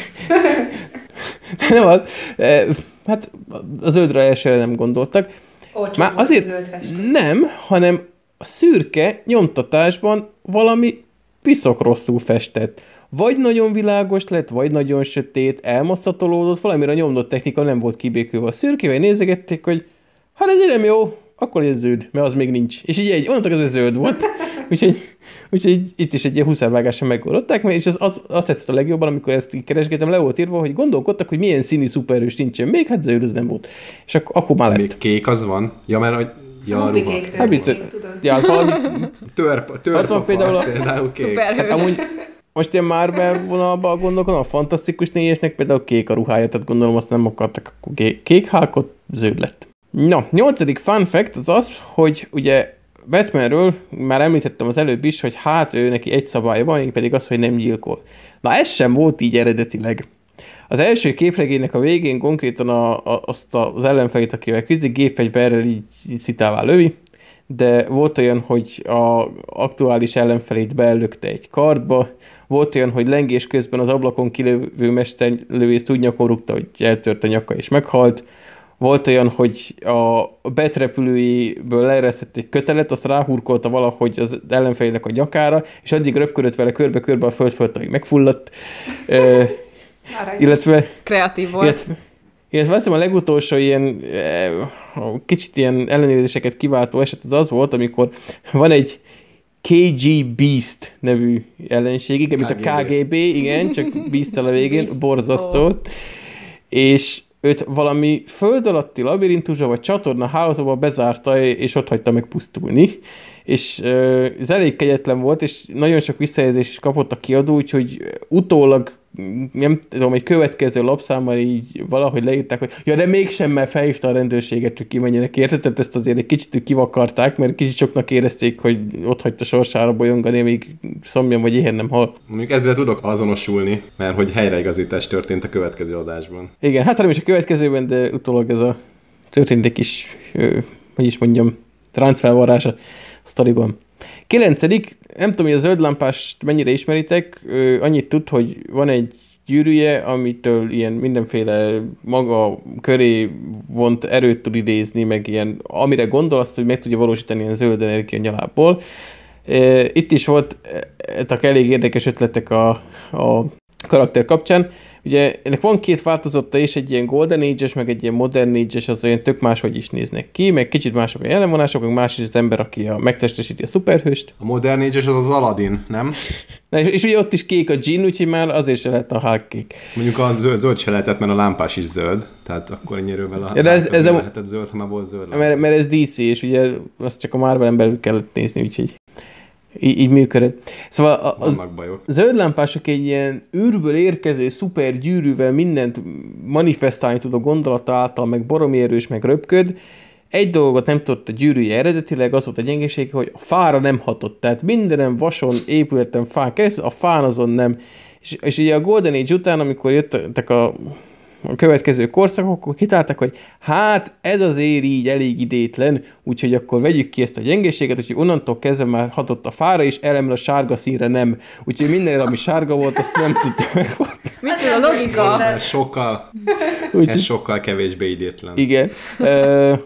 Nem az. Hát a zöldre elsőre nem gondoltak. Olcsó Már volt azért a zöld festmény. nem, hanem a szürke nyomtatásban valami piszok rosszul festett. Vagy nagyon világos lett, vagy nagyon sötét, elmosszatolódott, valamire a nyomdott technika nem volt kibékülve a szürkével, nézegették, hogy hát ez így nem jó, akkor ez zöld, mert az még nincs. És így onnantól kezdve zöld volt. Úgyhogy itt is egy ilyen huszárvágással megoldották, és azt tetszett a legjobban, amikor ezt keresgéltem, le volt írva, hogy gondolkodtak, hogy milyen színű szuperhős nincsen még, hát zöld az nem volt. És akkor már lett. Még kék az van? Ja, mert hogy... Ja, Hobbi ruha. kék Hát biztos. történik, tudod. Ja, valami, Törpapa, például az például kék. Szuperhős. amúgy most ilyen Marvel vonalban gondolkodom, a Fantasztikus négyesnek például kék a ruhája, tehát gondolom azt nem akartak, akkor kék Hulkot, zöld lett. Na, 8. fun fact az az, hogy ugye Batmanről már említettem az előbb is, hogy hát ő neki egy szabálya van, pedig az, hogy nem gyilkol. Na ez sem volt így eredetileg. Az első képregénynek a végén konkrétan azt az ellenfelét, akivel küzdik, gépfegyverrel így szitává lövi, de volt olyan, hogy az aktuális ellenfelét beellökte egy kardba, volt olyan, hogy lengés közben az ablakon kilövő mesterlövészt úgy nyakon rúgta, hogy eltört a nyaka és meghalt. Volt olyan, hogy a betrepülőjéből leeresztett egy kötelet, azt ráhurkolta valahogy az ellenfelének a nyakára, és addig röpködött vele körbe-körbe a föld fölött, hogy megfulladt. Illetve Kreatív volt. Illetve azt hiszem a legutolsó ilyen kicsit ilyen ellenérzéseket kiváltó eset az volt, amikor van egy KG Beast nevű ellenség, mint a KGB, igen, csak Beast-tel a végén, borzasztó. És őt valami föld alatti labirintusba vagy csatorna hálózatba bezárta, és ott hagyta megpusztulni. És ez elég kegyetlen volt, és nagyon sok visszajelzés is kapott a kiadó, úgyhogy utólag nem tudom, egy következő lapszámmal így valahogy leírták, hogy ja, de mégsem, mert felhívta a rendőrséget, hogy kimenjenek, érted? Tehát ezt azért egy kicsit kivakarták, mert kicsit soknak érezték, hogy ott hagyta sorsára bolyongani, még szomjan vagy éhen nem hal. Mondjuk ezzel tudok azonosulni, mert hogy helyreigazítás történt a következő adásban. Igen, hát nem is a következőben, de utólag ez a történt egy kis, hogy is mondjam, transfervarrás a sztoriban. 9. Nem tudom, hogy a zöld lámpást mennyire ismeritek, annyit tud, hogy van egy gyűrűje, amitől ilyen mindenféle maga köré vont erőt tud idézni, meg ilyen, amire gondol, azt, hogy meg tudja valósítani ilyen zöld energia nyalából. Itt is volt elég érdekes ötletek a karakter kapcsán. Ugye ennek van két változata is, egy ilyen Golden Age-es, meg egy ilyen Modern Age-es, az olyan tök máshogy is néznek ki, meg kicsit mások a jellemvonások, meg más is az ember, aki megtestesíti a szuperhőst. A Modern Age-es az Aladdin, nem? Na, és ugye ott is kék a Jean, úgyhogy már azért se lett a Hulk kék. Mondjuk a zöld se lehetett, mert a lámpás is zöld, tehát akkor ennyire vele Ja, de ez lehetett zöld, ha már volt zöld. Mert ez DC, és ugye azt csak a Marvelen belül kellett nézni, úgyhogy így működött. Szóval vannak bajok. Zöld lámpások egy ilyen űrből érkező szuper gyűrűvel mindent manifestálni tud a gondolata által, meg baromi erős, meg röpköd. Egy dolgot nem tudott a gyűrűje eredetileg, az volt a gyengeség, hogy a fára nem hatott. Tehát mindenem vason, épületen, fán keresztül, a fán azon nem. És ugye a Golden Age után, amikor jöttek a következő korszakok, akkor kitáltak, hogy hát ez azért így elég idétlen, úgyhogy akkor vegyük ki ezt a gyengeséget, úgyhogy onnantól kezdve már hatott a fára, és ellenben a sárga színre nem. Úgyhogy minden, ami sárga volt, azt nem tudta megfogni. Mit tud a logika? Ez sokkal kevésbé idétlen. Igen.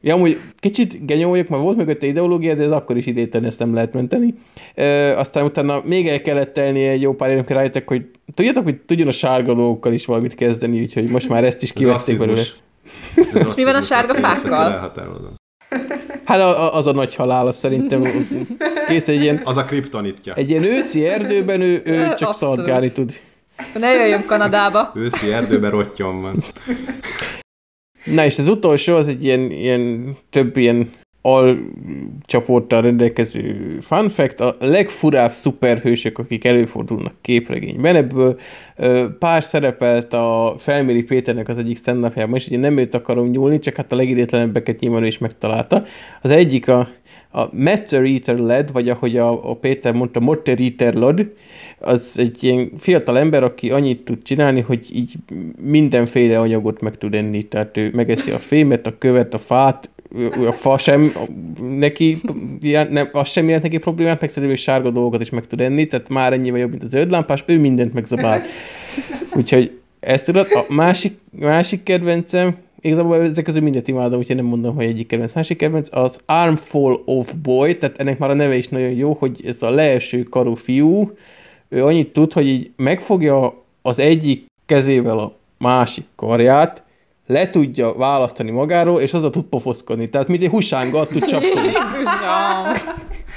Ja, amúgy kicsit genyó vagyok, mert volt mögötte ideológia, de ez akkor is idétlen, ezt nem lehet menteni. Aztán utána még el kellett telni egy jó pár évig, rájöttek, hogy tudjátok, hogy tudjon a sárga dolgokkal is valamit kezdeni, úgyhogy most már ezt is kivették belőle. És mi van a sárga fákkal? Hát az a nagy halál, az szerintem kész egy ilyen... Az a kriptonitja. Egy ilyen őszi erdőben ő csak szargálni tud. Ne jöjjön Kanadába. Őszi erdőben rottyon van. Na és az utolsó, az egy ilyen több ilyen alcsoporttal rendelkező fun fact, a legfurább szuperhősök, akik előfordulnak képregényben. Ebből pár szerepelt a Felméri Péternek az egyik stand-upjában, és ugye nem őt akarom nyúlni, csak hát a legidétlenebbeket nyilván ő is megtalálta. Az egyik a Matter Eater Lad, vagy ahogy a Péter mondta, Motter Eater Lad, az egy ilyen fiatal ember, aki annyit tud csinálni, hogy így mindenféle anyagot meg tud enni. Tehát ő megeszi a fémet, a követ, a fát, a fa sem neki, az sem jelent neki problémát, meg szerintem sárga dolgokat is meg tud enni, tehát már ennyivel jobb, mint a zöldlámpás, ő mindent megzabál. Úgyhogy ezt tudod, a másik kedvencem, igazából ezek közül mindent imádom, úgyhogy nem mondom, hogy egyik kedvenc. Másik kedvenc az Armful of Boy, tehát ennek már a neve is nagyon jó, hogy ez a leeső karú fiú, ő annyit tud, hogy így megfogja az egyik kezével a másik karját, le tudja választani magáról, és azzal tud pofoszkodni. Tehát mint egy husángat tud csapkodni. Jézusom!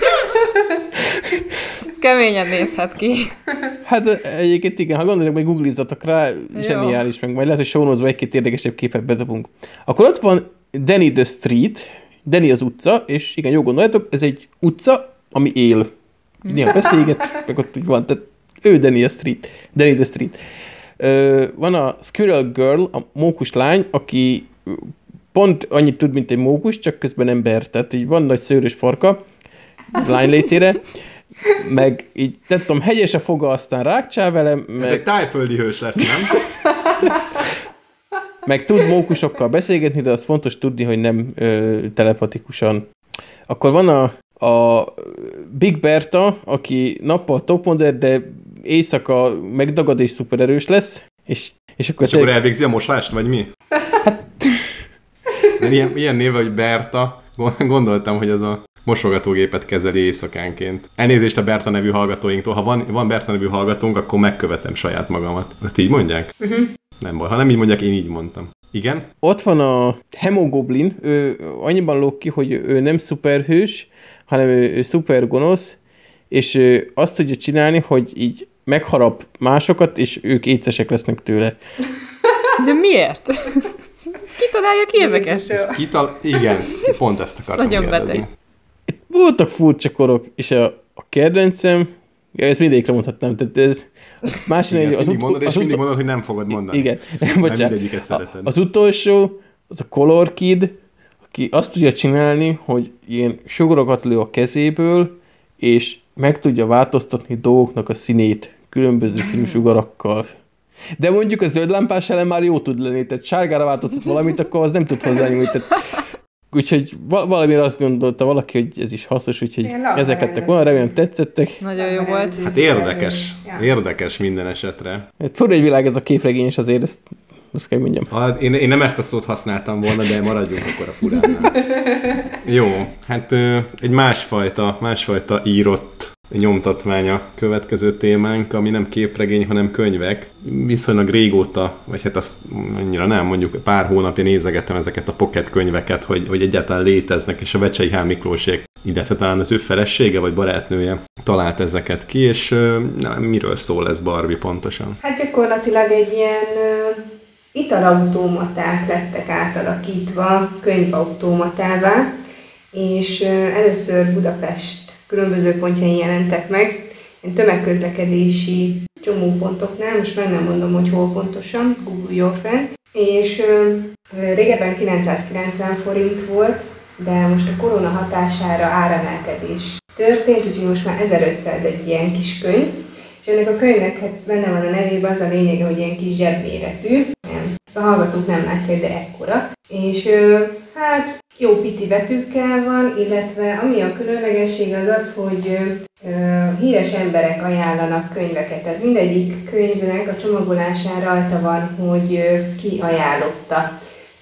Ez keményen nézhet ki. Hát egyébként igen, ha gondolják, hogy googlizzatok rá, zseniális, meg majd lehet, hogy shownozva egy-két érdekesebb képet bedobunk. Akkor ott van Danny the Street, Danny az utca, és igen, jó gondoljátok, ez egy utca, ami él. Néha beszélget, meg ott úgy van, tehát ő Danny the Street. Van a Squirrel Girl, a mókus lány, aki pont annyit tud, mint egy mókus, csak közben ember. Tehát így van nagy szőrös farka lány létére, meg így, nem tudom, hegyes a foga, aztán rákcsál vele. Ez egy tájföldi hős lesz, nem? Meg tud mókusokkal beszélgetni, de az fontos tudni, hogy nem telepatikusan. Akkor van a Big Berta, aki nappal topmodell, de éjszaka megdagad és szupererős lesz. És akkor elvégzi a mosást, vagy mi? Ilyen néve, hogy Berta, gondoltam, hogy az a mosogatógépet kezeli éjszakánként. Elnézést a Berta nevű hallgatóinktól. Ha van Berta nevű hallgatónk, akkor megkövetem saját magamat. Azt így mondják? Nem baj. Ha nem így mondják, én így mondtam. Igen? Ott van a Hemogoblin, ő annyiban lóg ki, hogy ő nem szuperhős, hanem ő szupergonosz, és ő azt tudja csinálni, hogy így megharap másokat, és ők écesek lesznek tőle. De miért? Ki találja ki ezeket? Igen, pont ezt akartam nagyon kérdezni. beteg. Voltak furcsa korok, és a kedvencem, ezt mindegyikre mondhatnám, tehát ez másik... Igen, mindig mondod, hogy nem fogod mondani. Igen, bocsánat. Mindegyiket szereted. Az utolsó, az a Color Kid, aki azt tudja csinálni, hogy ilyen sugarakat lő a kezéből, és meg tudja változtatni dolgoknak a színét különböző színű sugarakkal. De mondjuk a zöld lámpás ellen már jó tud lenni, tehát sárgára változtat valamit, akkor az nem tud hozzányúlni. Úgyhogy valamire azt gondolta valaki, hogy ez is hasznos, úgyhogy ezek lettek volna, remélem tetszettek. Nagyon jó volt. Hát érdekes minden esetre. Hát fura egy világ ez a képregény, és azért ezt kell mondjam. Én nem ezt a szót használtam volna, de maradjunk akkor a furánál. Jó, hát egy másfajta írott nyomtatványa következő témánk, ami nem képregény, hanem könyvek. Viszonylag régóta, vagy hát azt annyira nem, mondjuk pár hónapja nézegettem ezeket a pocket könyveket, hogy egyáltalán léteznek, és a Vecsei H. Miklósék, illetve talán az ő felesége vagy barátnője talált ezeket ki, és miről szól ez, Barbie, pontosan? Hát gyakorlatilag egy ilyen italautomaták lettek átalakítva könyvautomatává, és először Budapest különböző pontjain jelentek meg, ilyen tömegközlekedési csomópontoknál, most már nem mondom, hogy hol pontosan, Google Your Friend, és régebben 990 forint volt, de most a korona hatására áremelkedés történt, úgyhogy most már 1500 egy ilyen kis könyv, és ennek a könyvnek hát benne van a nevében az a lényege, hogy ilyen kis zsebméretű, ezt a hallgatók nem látják, de ekkora, és hát jó pici betűkkel van, illetve ami a különlegesség az az, hogy híres emberek ajánlanak könyveket. Tehát mindegyik könyvnek a csomagolásán rajta van, hogy ki ajánlotta.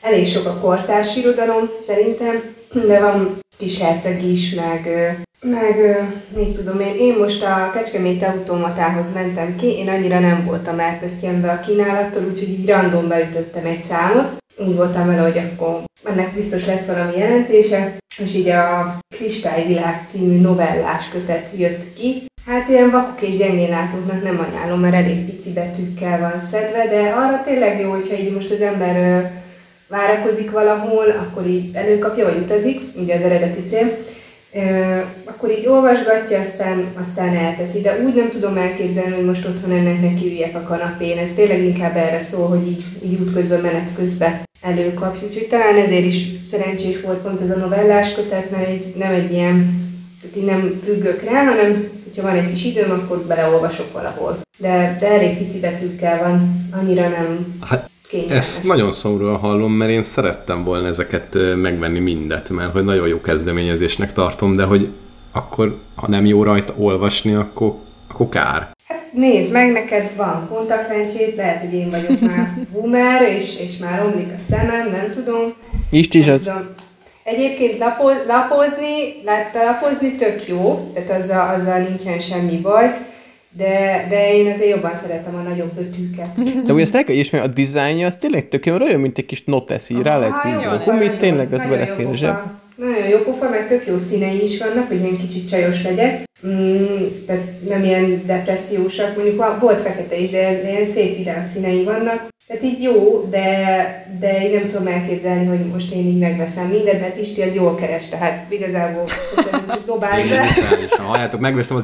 elég sok a kortárs irodalom szerintem, de van Kisherceg is, meg mit tudom én most a Kecskemét automatához mentem ki, én annyira nem voltam elpöttyenve a kínálattól, úgyhogy így random beütöttem egy számot. Úgy voltam vele, hogy akkor ennek biztos lesz valami jelentése, és így a Kristályvilág című novellás kötet jött ki. Hát ilyen vakok és gyengénlátóknak nem ajánlom, mert elég pici betűkkel van szedve, de arra tényleg jó, hogyha így most az ember várakozik valahol, akkor így előkapja, vagy utazik, ugye az eredeti cél, akkor így olvasgatja, aztán elteszi. De úgy nem tudom elképzelni, hogy most otthon ennek nekiüljek a kanapén. Ez tényleg inkább erre szól, hogy így útközben, menet közben előkapja. Úgyhogy talán ezért is szerencsés volt pont ez a novellás kötet, mert nem egy ilyen, tehát így nem függök rá, hanem hogyha van egy kis időm, akkor beleolvasok valahol. De elég pici betűkkel van, annyira nem kényelmes. Ezt nagyon szomorúan hallom, mert én szerettem volna ezeket megvenni mindet, mert hogy nagyon jó kezdeményezésnek tartom, de hogy akkor, ha nem jó rajta olvasni, akkor kár. Hát nézd meg, neked van kontaktlencsét, lehet, hogy én vagyok már boomer, és már omlik a szemem, nem tudom. Is. Egyébként lapozni tök jó, tehát azzal nincsen semmi baj, de én azért jobban szeretem a nagyobb betűket. De ugye ezt el kell ismerni, a dizájnja az tényleg tök jó, olyan, mint egy kis notesz, így rá lehet húzni a gumit, tényleg az belefér a zseb. Nagyon jó pofa, meg tök jó színei is vannak, hogy ilyen kicsit csajos legyek. Tehát nem ilyen depressziósak, mondjuk volt fekete is, de ilyen szép vidám színei vannak. Tehát így jó, de én nem tudom elképzelni, hogy most én így megveszem mindent, mert Isti az jól keres, tehát igazából dobálj be. Halljátok, megveszem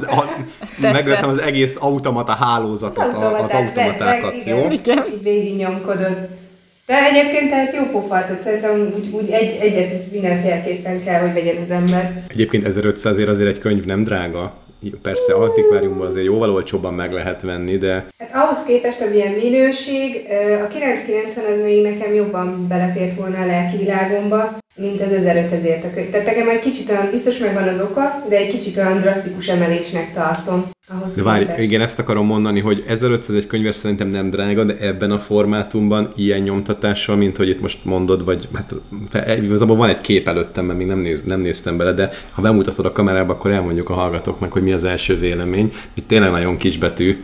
az egész automata hálózatot, az automatákat, jó? És így végig nyomkodod. De egyébként tehát jó pofaltot, szerintem úgy egyet mindenféleképpen kell, hogy vegyen az ember. Egyébként 1500-ért azért egy könyv nem drága. Persze antikváriumból azért jóval olcsóbban meg lehet venni, de... Hát ahhoz képest, amilyen minőség, a 990 az még nekem jobban belefért volna a lelki világomba, mint az 1500-ért a könyv. Tehát nekem egy kicsit olyan, biztos megvan az oka, de egy kicsit olyan drasztikus emelésnek tartom. De várj, igen, ezt akarom mondani, hogy 1500 egy könyves szerintem nem drága, de ebben a formátumban, ilyen nyomtatással, mint hogy itt most mondod, vagy hát igazából van egy kép előttem, mert még nem néztem bele, de ha bemutatod a kamerába, akkor elmondjuk a hallgatóknak, hogy mi az első vélemény. Itt tényleg nagyon kisbetű.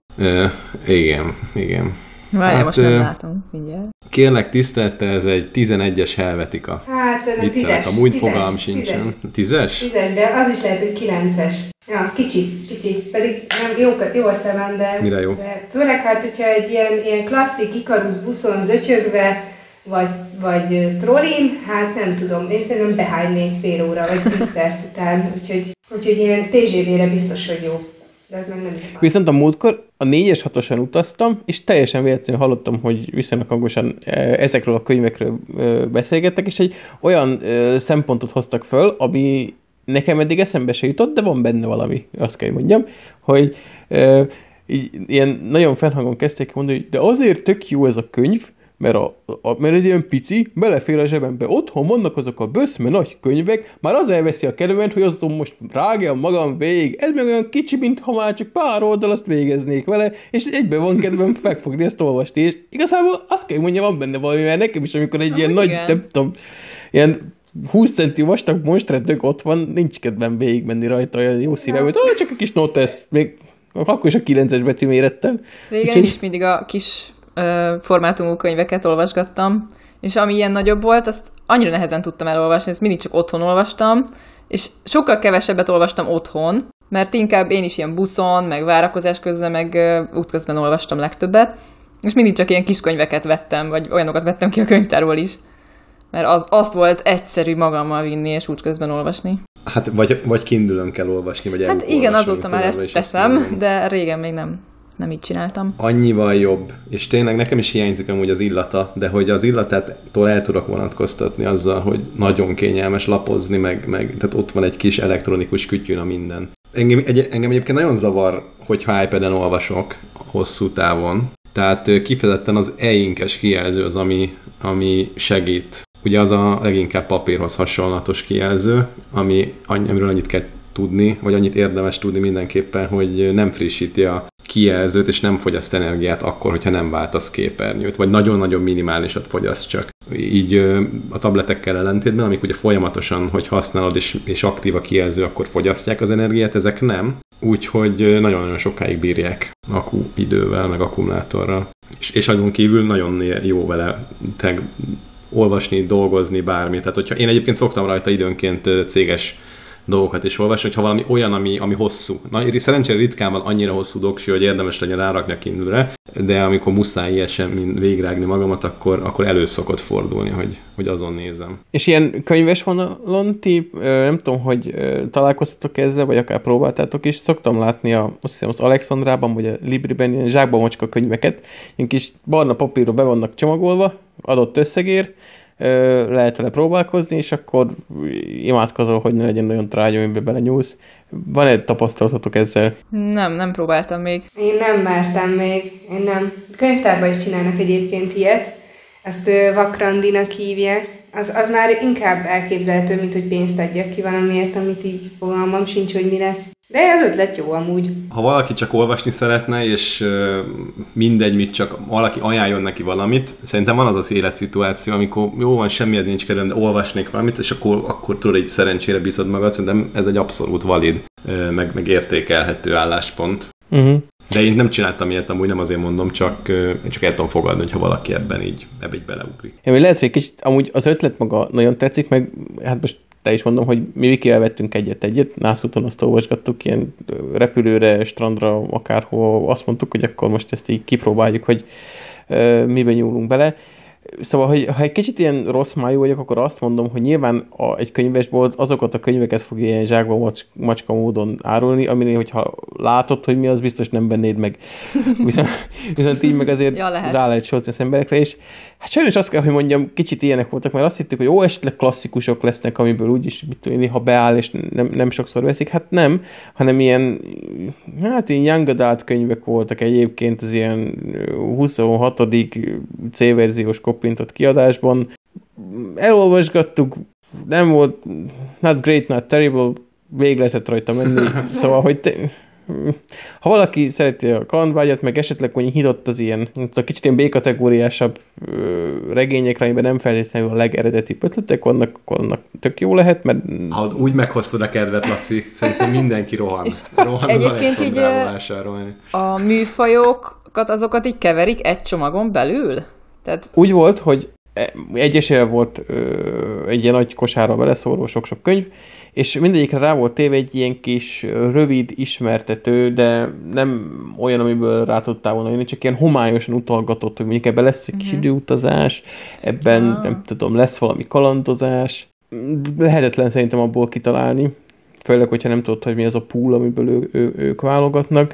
Igen. Várjál, most nem látom, mindjárt. Kérlek tisztelte, ez egy 11-es Helvetika. Hát szerintem 10-es. Amúgy fogalm sincsen. 10-es? 10-es, de az is lehet, hogy 9-es. Ja, kicsi, pedig nem jó a szemem, de... Mire jó? De főleg hát, hogyha egy ilyen klasszik Ikarus buszon zötyögve, vagy trollin, hát nem tudom, én szerintem behánynék fél óra, vagy 10 perc után, úgyhogy ilyen TGV-re biztos, hogy jó. De ez meg nem is van. Viszont a múltkor a 4-es 6-osan utaztam, és teljesen véletlenül hallottam, hogy viszonylag hangosan ezekről a könyvekről beszélgettek, és egy olyan szempontot hoztak föl, ami nekem eddig eszembe se jutott, de van benne valami, azt kell mondjam, hogy ilyen nagyon fennhangon kezdték mondani, hogy de azért tök jó ez a könyv, mert ez ilyen pici, belefér a zsebembe. Otthon vannak azok a böszme nagy könyvek, már az elveszi a kedvemet, hogy azon most rágjam magam végig. Ez meg olyan kicsi, mintha már csak pár oldal azt végeznék vele, és egyben van kedvem megfogni ezt olvasni, és igazából azt kell mondjam, van benne valami, mert nekem is, amikor egy ilyen nagy, nem tudom, ilyen 20 centi vastag monstredög ott van, nincs kedvem végigmenni rajta olyan jó szívem, hogy csak egy kis notesz, még akkor is a 9-es betűmérettel. Régen is mindig a kis formátumú könyveket olvasgattam, és ami ilyen nagyobb volt, azt annyira nehezen tudtam elolvasni, ezt mindig csak otthon olvastam, és sokkal kevesebbet olvastam otthon, mert inkább én is ilyen buszon, meg várakozás közben, meg útközben olvastam legtöbbet, és mindig csak ilyen kis könyveket vettem, vagy olyanokat vettem ki a könyvtárból is, mert azt volt egyszerű magammal vinni, és útközben olvasni. Hát vagy Kindle-ön kell olvasni, vagy hát igen, azóta már ezt teszem, de régen még nem így csináltam. Annyival jobb, és tényleg nekem is hiányzik amúgy az illata, de hogy az illatától el tudok vonatkoztatni azzal, hogy nagyon kényelmes lapozni, meg tehát ott van egy kis elektronikus kütyűn a minden. Engem egyébként nagyon zavar, hogyha iPad-en olvasok hosszú távon, tehát kifejezetten az e-inkes kijelző az, ami segít. Ugye az a leginkább papírhoz hasonlatos kijelző, amiről annyit kell tudni, vagy annyit érdemes tudni mindenképpen, hogy nem frissíti a kijelzőt, és nem fogyaszt energiát akkor, hogyha nem váltasz képernyőt, vagy nagyon-nagyon minimálisat fogyaszt csak. Így a tabletekkel ellentétben, amik ugye folyamatosan, hogy használod, és aktív a kijelző, akkor fogyasztják az energiát, ezek nem. Úgyhogy nagyon-nagyon sokáig bírják idővel, meg akkumulátorral. És azon kívül nagyon jó vele olvasni, dolgozni, bármi. Tehát, hogyha én egyébként szoktam rajta időnként céges dolgokat is olvasni, hogyha valami olyan, ami hosszú. Szerencsére ritkán van annyira hosszú doksi, hogy érdemes legyen rárakni a Kindle-re, de amikor muszáj ilyesen végrágni magamat, akkor elő szokott fordulni, hogy azon nézem. És ilyen könyves vonalon ti, nem tudom, hogy találkoztatok ezzel, vagy akár próbáltátok is, szoktam látni azt hiszem az Alexandrában, vagy a Libriben ilyen zsákba macska könyveket, ilyen kis barna papírra be vannak csomagolva, adott összegér, lehet vele próbálkozni, és akkor imádkozol, hogy ne legyen nagyon trágya, amiben belenyúlsz. Van-e tapasztalatotok ezzel? Nem próbáltam még. Én nem mertem még, én nem. Könyvtárban is csinálnak egyébként ilyet, azt vakrandinak hívják. Az már inkább elképzelhető, mint hogy pénzt adjak ki valamiért, amit így fogalmam sincs, hogy mi lesz. De az ötlet jó amúgy. Ha valaki csak olvasni szeretne, és mindegy, mit csak valaki ajánljon neki valamit, szerintem van az az életszituáció, amikor jó van, semmihez nincs kedvem, de olvasnék valamit, és akkor tudod, egy szerencsére bízod magad, szerintem ez egy abszolút valid, meg értékelhető álláspont. Uh-huh. De én nem csináltam ilyet, amúgy nem azért mondom, csak el tudom fogadni, hogyha valaki ebbe így beleugrik. Én lehet, hogy kicsit amúgy az ötlet maga nagyon tetszik, meg hát most te is mondom, hogy mi Vikivel vettünk egyet. Nászúton azt olvasgattuk, ilyen repülőre, strandra, akárhol azt mondtuk, hogy akkor most ezt így kipróbáljuk, hogy miben nyúlunk bele. Szóval, ha egy kicsit ilyen rossz májú vagyok, akkor azt mondom, hogy nyilván egy könyvesbolt azokat a könyveket fogja ilyen zsákba macska módon árulni, aminél, hogyha látod, hogy mi, az biztos nem vennéd meg. Viszont így meg azért rá lehet sorolni az emberekre, és hát sajnos azt kell, hogy mondjam, kicsit ilyenek voltak, mert azt hittük, hogy esetleg klasszikusok lesznek, amiből úgyis, ha beáll, és nem sokszor veszik. Hát nem, hanem ilyen young adult könyvek voltak egyébként, az ilyen 26. C-verziós kopintott kiadásban. Elolvasgattuk, nem volt not great, not terrible, végig lehetett rajta menni. Szóval, hogy ha valaki szereti a kalandvágyat, meg esetleg hogy nyitott az ilyen kicsit ilyen B-kategóriásabb regényekre, amiben nem feltétlenül a legeredetibb ötletek vannak, akkor annak tök jó lehet, mert... Ha úgy meghoztad a kedvet, Laci, szerintem mindenki rohan egyébként így a műfajokat, azokat így keverik egy csomagon belül? Tehát... Úgy volt, hogy egyesével volt egy ilyen nagy kosárra beleszóró sok-sok könyv, és mindegyikre rá volt téve egy ilyen kis rövid ismertető, de nem olyan, amiből rá tudtál volna jönni, csak ilyen homályosan utalgatott, hogy mondjuk ebben lesz egy kis időutazás, ebben nem tudom, lesz valami kalandozás. Lehetetlen szerintem abból kitalálni, főleg, hogyha nem tudod, hogy mi az a pool, amiből ők válogatnak.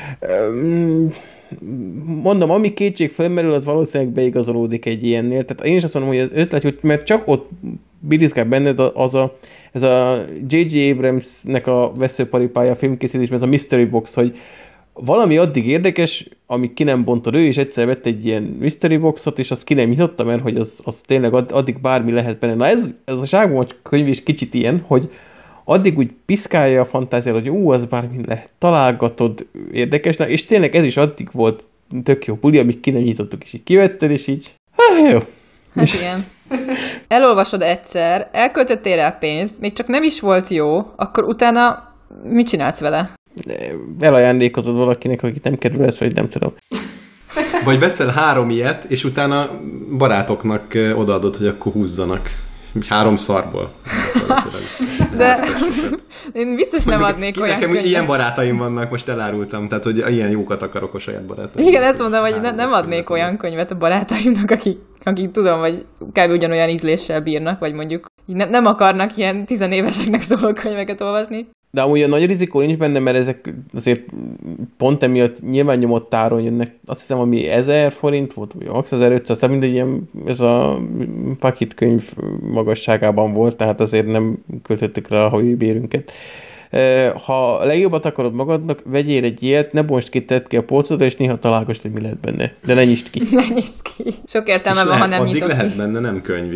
Mondom, ami kétség felmerül, az valószínűleg beigazolódik egy ilyennél. Tehát én is azt mondom, hogy az ötlet, mert csak ott birizgál benned ez a J.J. Abramsnek a veszőparipája filmkészítésben, ez a mystery box, hogy valami addig érdekes, ami ki nem bontod, ő is egyszer vett egy ilyen mystery boxot, és azt ki nem nyitotta, mert hogy az tényleg addig bármi lehet benne. Na ez a zsákban könyv is kicsit ilyen, hogy addig úgy piszkálja a fantáziát, hogy az bármi lehet, találgatod, érdekes, na, és tényleg ez is addig volt tök jó buli, amíg ki nem nyitottuk, és így kivetted, és így, jó. Hát igen. Elolvasod egyszer, elköltöttél rá pénzt, még csak nem is volt jó, akkor utána mit csinálsz vele? Elajándékozod valakinek, akit nem kerül ezt, vagy nem tudom. Vagy veszel 3 ilyet, és utána barátoknak odaadod, hogy akkor húzzanak. 3 szarból. De én biztos nem adnék olyan nekem könyvet. Ilyen barátaim vannak, most elárultam, tehát hogy ilyen jókat akarok a saját barátaim. Igen, ezt mondom, hogy nem adnék olyan könyvet a barátaimnak, akik tudom, hogy kb. Ugyanolyan ízléssel bírnak, vagy mondjuk nem akarnak ilyen 10 éveseknek szóló könyveket olvasni. De amúgy a nagy rizikó nincs benne, mert ezek azért pont emiatt nyilván nyomott áron jönnek. Azt hiszem, ami 1000 forint volt, vagy max 1500, tehát mindegy ilyen, ez a pakitkönyv magasságában volt, tehát azért nem költöttük rá a havi bérünket. Ha a legjobbat akarod magadnak, vegyél egy ilyet, ne bontsd ki, tedd ki a polcodra, és néha találkozd, hogy mi lehet benne. De ne nyisd ki. Ne nyisd ki. Sok értelme van, ha nem addig nyitott lehet ki. benne, nem könyv is.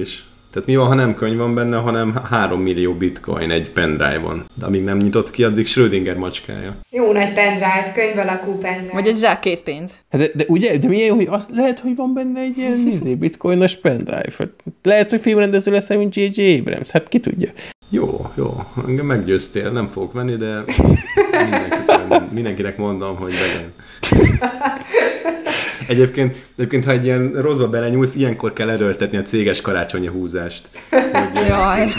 Tehát mi van, ha nem könyv van benne, hanem 3 millió bitcoin egy pendrive-on. De amíg nem nyitott ki, addig Schrödinger macskája. Jó nagy pendrive, könyv alakú pendrive. Vagy egy zsák készpénz. De ugye, de milyen jó, hogy azt lehet, hogy van benne egy ilyen bitcoinos pendrive. Lehet, hogy filmrendező lesz, mint J.J. Abrams. Hát ki tudja. Jó. Engem meggyőztél, nem fogok venni, de mindenkinek mondom, hogy legyen. Egyébként, ha egy ilyen rosszba belenyúlsz, ilyenkor kell erőltetni a céges karácsonyi húzást. Jaj.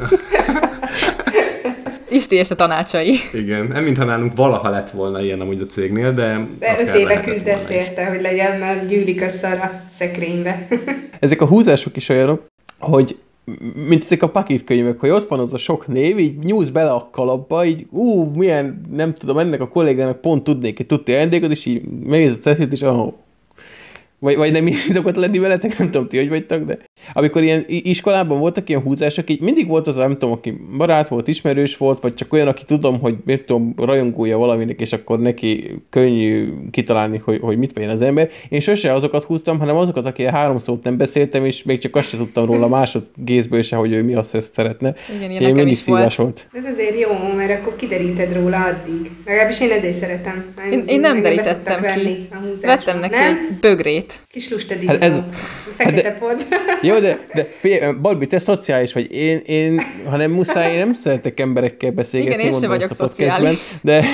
Isti és a tanácsai. Igen, nem mintha nálunk valaha lett volna ilyen amúgy a cégnél, de 5 éve küzdesz érte, hogy legyen, mert gyűlik a szar a szekrénybe. Ezek a húzások is olyanok, hogy mint ezek a pakitkönyvek, hogy ott van az a sok név, így nyúlsz bele a kalapba, így milyen, nem tudom, ennek a kollégának pont tudnék egy tudti ajándékot, és így megnézed a szeszét, és vagy nem így szokott lenni veletek, nem tudom ti, hogy vagytok, de amikor ilyen iskolában voltak ilyen húzások, így mindig volt az, nem tudom, aki barát volt, ismerős volt, vagy csak olyan, aki tudom, hogy mit tudom, rajongója valaminek, és akkor neki könnyű kitalálni, hogy mit vegyen az ember. Én sose azokat húztam, hanem azokat, akik 3 szót nem beszéltem, és még csak azt sem tudtam róla másodgézből se, hogy ő mi azt ezt szeretne. Igen, ilyen nekem is volt. Ez azért jó, mert akkor kideríted róla addig. Legalábbis én ezért szeretem. Én nem derítettem ki. Vettem neki egy bögrét. Kis lustadisznó. Fekete pont. Jó, de figyelj, Barbi, te szociális vagy. Én ha nem muszáj, én nem szeretek emberekkel beszélgetni. Igen, én sem vagyok szociális. De...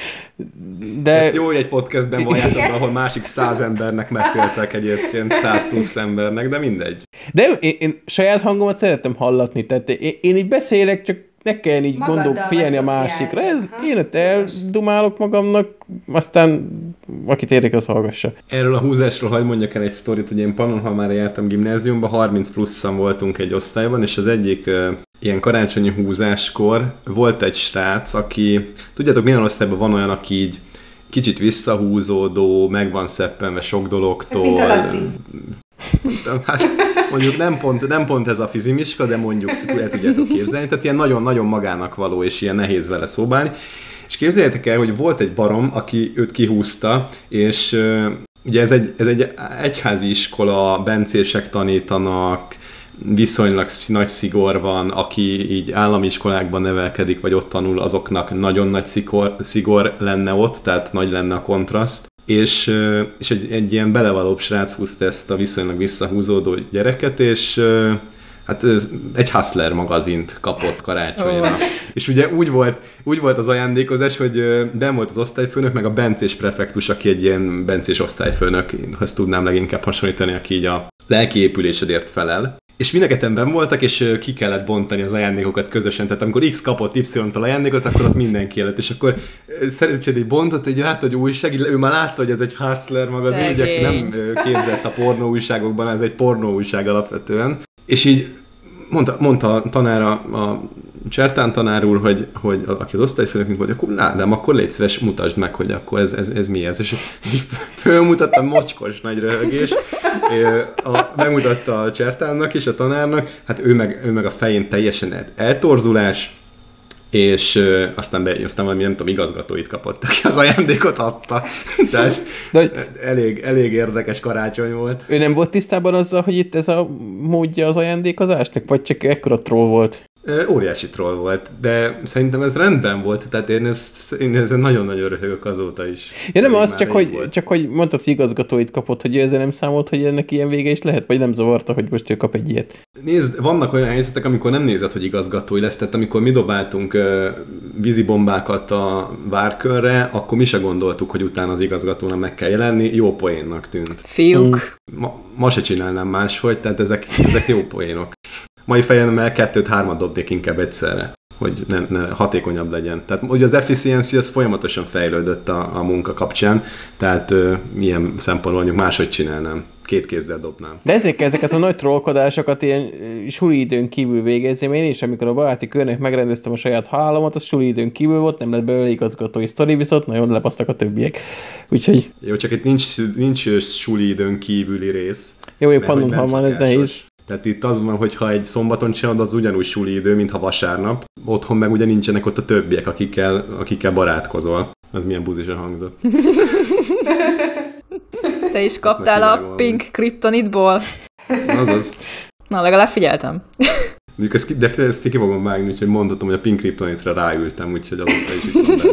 Ezt jó, hogy egy podcastben valljátok, ahol másik 100 embernek beszéltek egyébként, 100 plusz embernek, de mindegy. De én saját hangomat szeretem hallatni, tehát én így beszélek, csak ne kell így figyelni a másikra. Én ott eldumálok magamnak, aztán akit érdekel, az hallgassa. Erről a húzásról hadd mondjak el egy sztorit, hogy én Pannonhalmára jártam gimnáziumba, 30 pluszan voltunk egy osztályban, és az egyik ilyen karácsonyi húzáskor volt egy srác, aki, tudjátok, minden osztályban van olyan, aki így kicsit visszahúzódó, meg van szeppenve sok dologtól. Mint a Laci. Hát mondjuk nem pont ez a fizimiska, de mondjuk el tudjátok képzelni, tehát ilyen nagyon-nagyon magának való, és ilyen nehéz vele szóbálni. És képzeljétek el, hogy volt egy barom, aki őt kihúzta, és ugye ez egy egyházi iskola, bencések tanítanak, viszonylag nagy szigor van, aki így állami iskolákban nevelkedik, vagy ott tanul, azoknak nagyon nagy szigor lenne ott, tehát nagy lenne a kontraszt. És egy ilyen belevalóbb srác húzta ezt a viszonylag visszahúzódó gyereket, és hát egy Hustler magazint kapott karácsonyra. És ugye úgy volt az ajándékozás, hogy benn volt az osztályfőnök, meg a bencés prefektus, aki egy ilyen bencés osztályfőnök, azt tudnám leginkább hasonlítani, aki így a lelki épülésedért felel. És mind benn voltak, és ki kellett bontani az ajándékokat közösen. Tehát amikor X kapott Y-tól ajándékot, akkor ott mindenki élet. És akkor szerencsére így bontott, hogy látta, hogy újság, ő már látta, hogy ez egy Hustler magazin, ugye, aki nem képzett a pornó újságokban, ez egy pornó újság alapvetően. És így mondta a tanára, a Csertán tanár úr, hogy aki az osztályfőnökünk volt, akkor ládám, akkor légy szíves, mutasd meg, hogy akkor ez mi ez. És így fölmutatta, mocskos nagy röhögés, megmutatta a Csertánnak és a tanárnak, hát ő meg a fején teljesen eltorzulás, és aztán valami, nem tudom, igazgatóit kapott, aki az ajándékot adta. Tehát elég érdekes karácsony volt. Ő nem volt tisztában azzal, hogy itt ez a módja az ajándékozásnak, vagy csak ekkora troll volt? Óriási troll volt, de szerintem ez rendben volt, tehát én ezen nagyon-nagyon röhögök azóta is. Ja, nem az, csak hogy mondtad, hogy igazgatóit kapott, hogy ő ezzel nem számolt, hogy ennek ilyen vége is lehet, vagy nem zavarta, hogy most ő kap egy ilyet? Nézd, vannak olyan helyzetek, amikor nem nézed, hogy igazgatói lesz, tehát amikor mi dobáltunk vízibombákat a várkörre, akkor mi se gondoltuk, hogy utána az igazgatónak meg kell jelenni, jó poénnak tűnt. Fiúk. Ma se csinálnám máshogy, tehát ezek jó poénok. Mai fejemmel 2-3 dobnék inkább egyszerre, hogy ne hatékonyabb legyen. Tehát ugye az efficiency az folyamatosan fejlődött a munka kapcsán, tehát milyen szempontból mondjuk máshogy csinálnám. 2 kézzel dobnám. De ezeket a nagy trollkodásokat ilyen suli időn kívül végezzém én is, amikor a baráti körnek megrendeztem a saját halálomat, az suli időn kívül volt, nem lett belőle igazgatói sztori, viszont nagyon lebasztak a többiek. Úgyhogy... Jó, csak itt nincs suli időn kívüli rész. Jó, Pannonhalmán ez nehéz. Tehát itt az van, hogy ha egy szombaton csinálod, az ugyanúgy suli idő, mint ha vasárnap. Otthon meg ugye nincsenek ott a többiek, akikkel barátkozol. Az milyen buzisa hangzott. Te is kaptál a Pink Kryptonitból? Azaz. Na, legalább figyeltem. De ezt ki fogom vágni, úgyhogy mondhatom, hogy a Pink Kryptonite-ra ráültem, úgyhogy azóta is itt van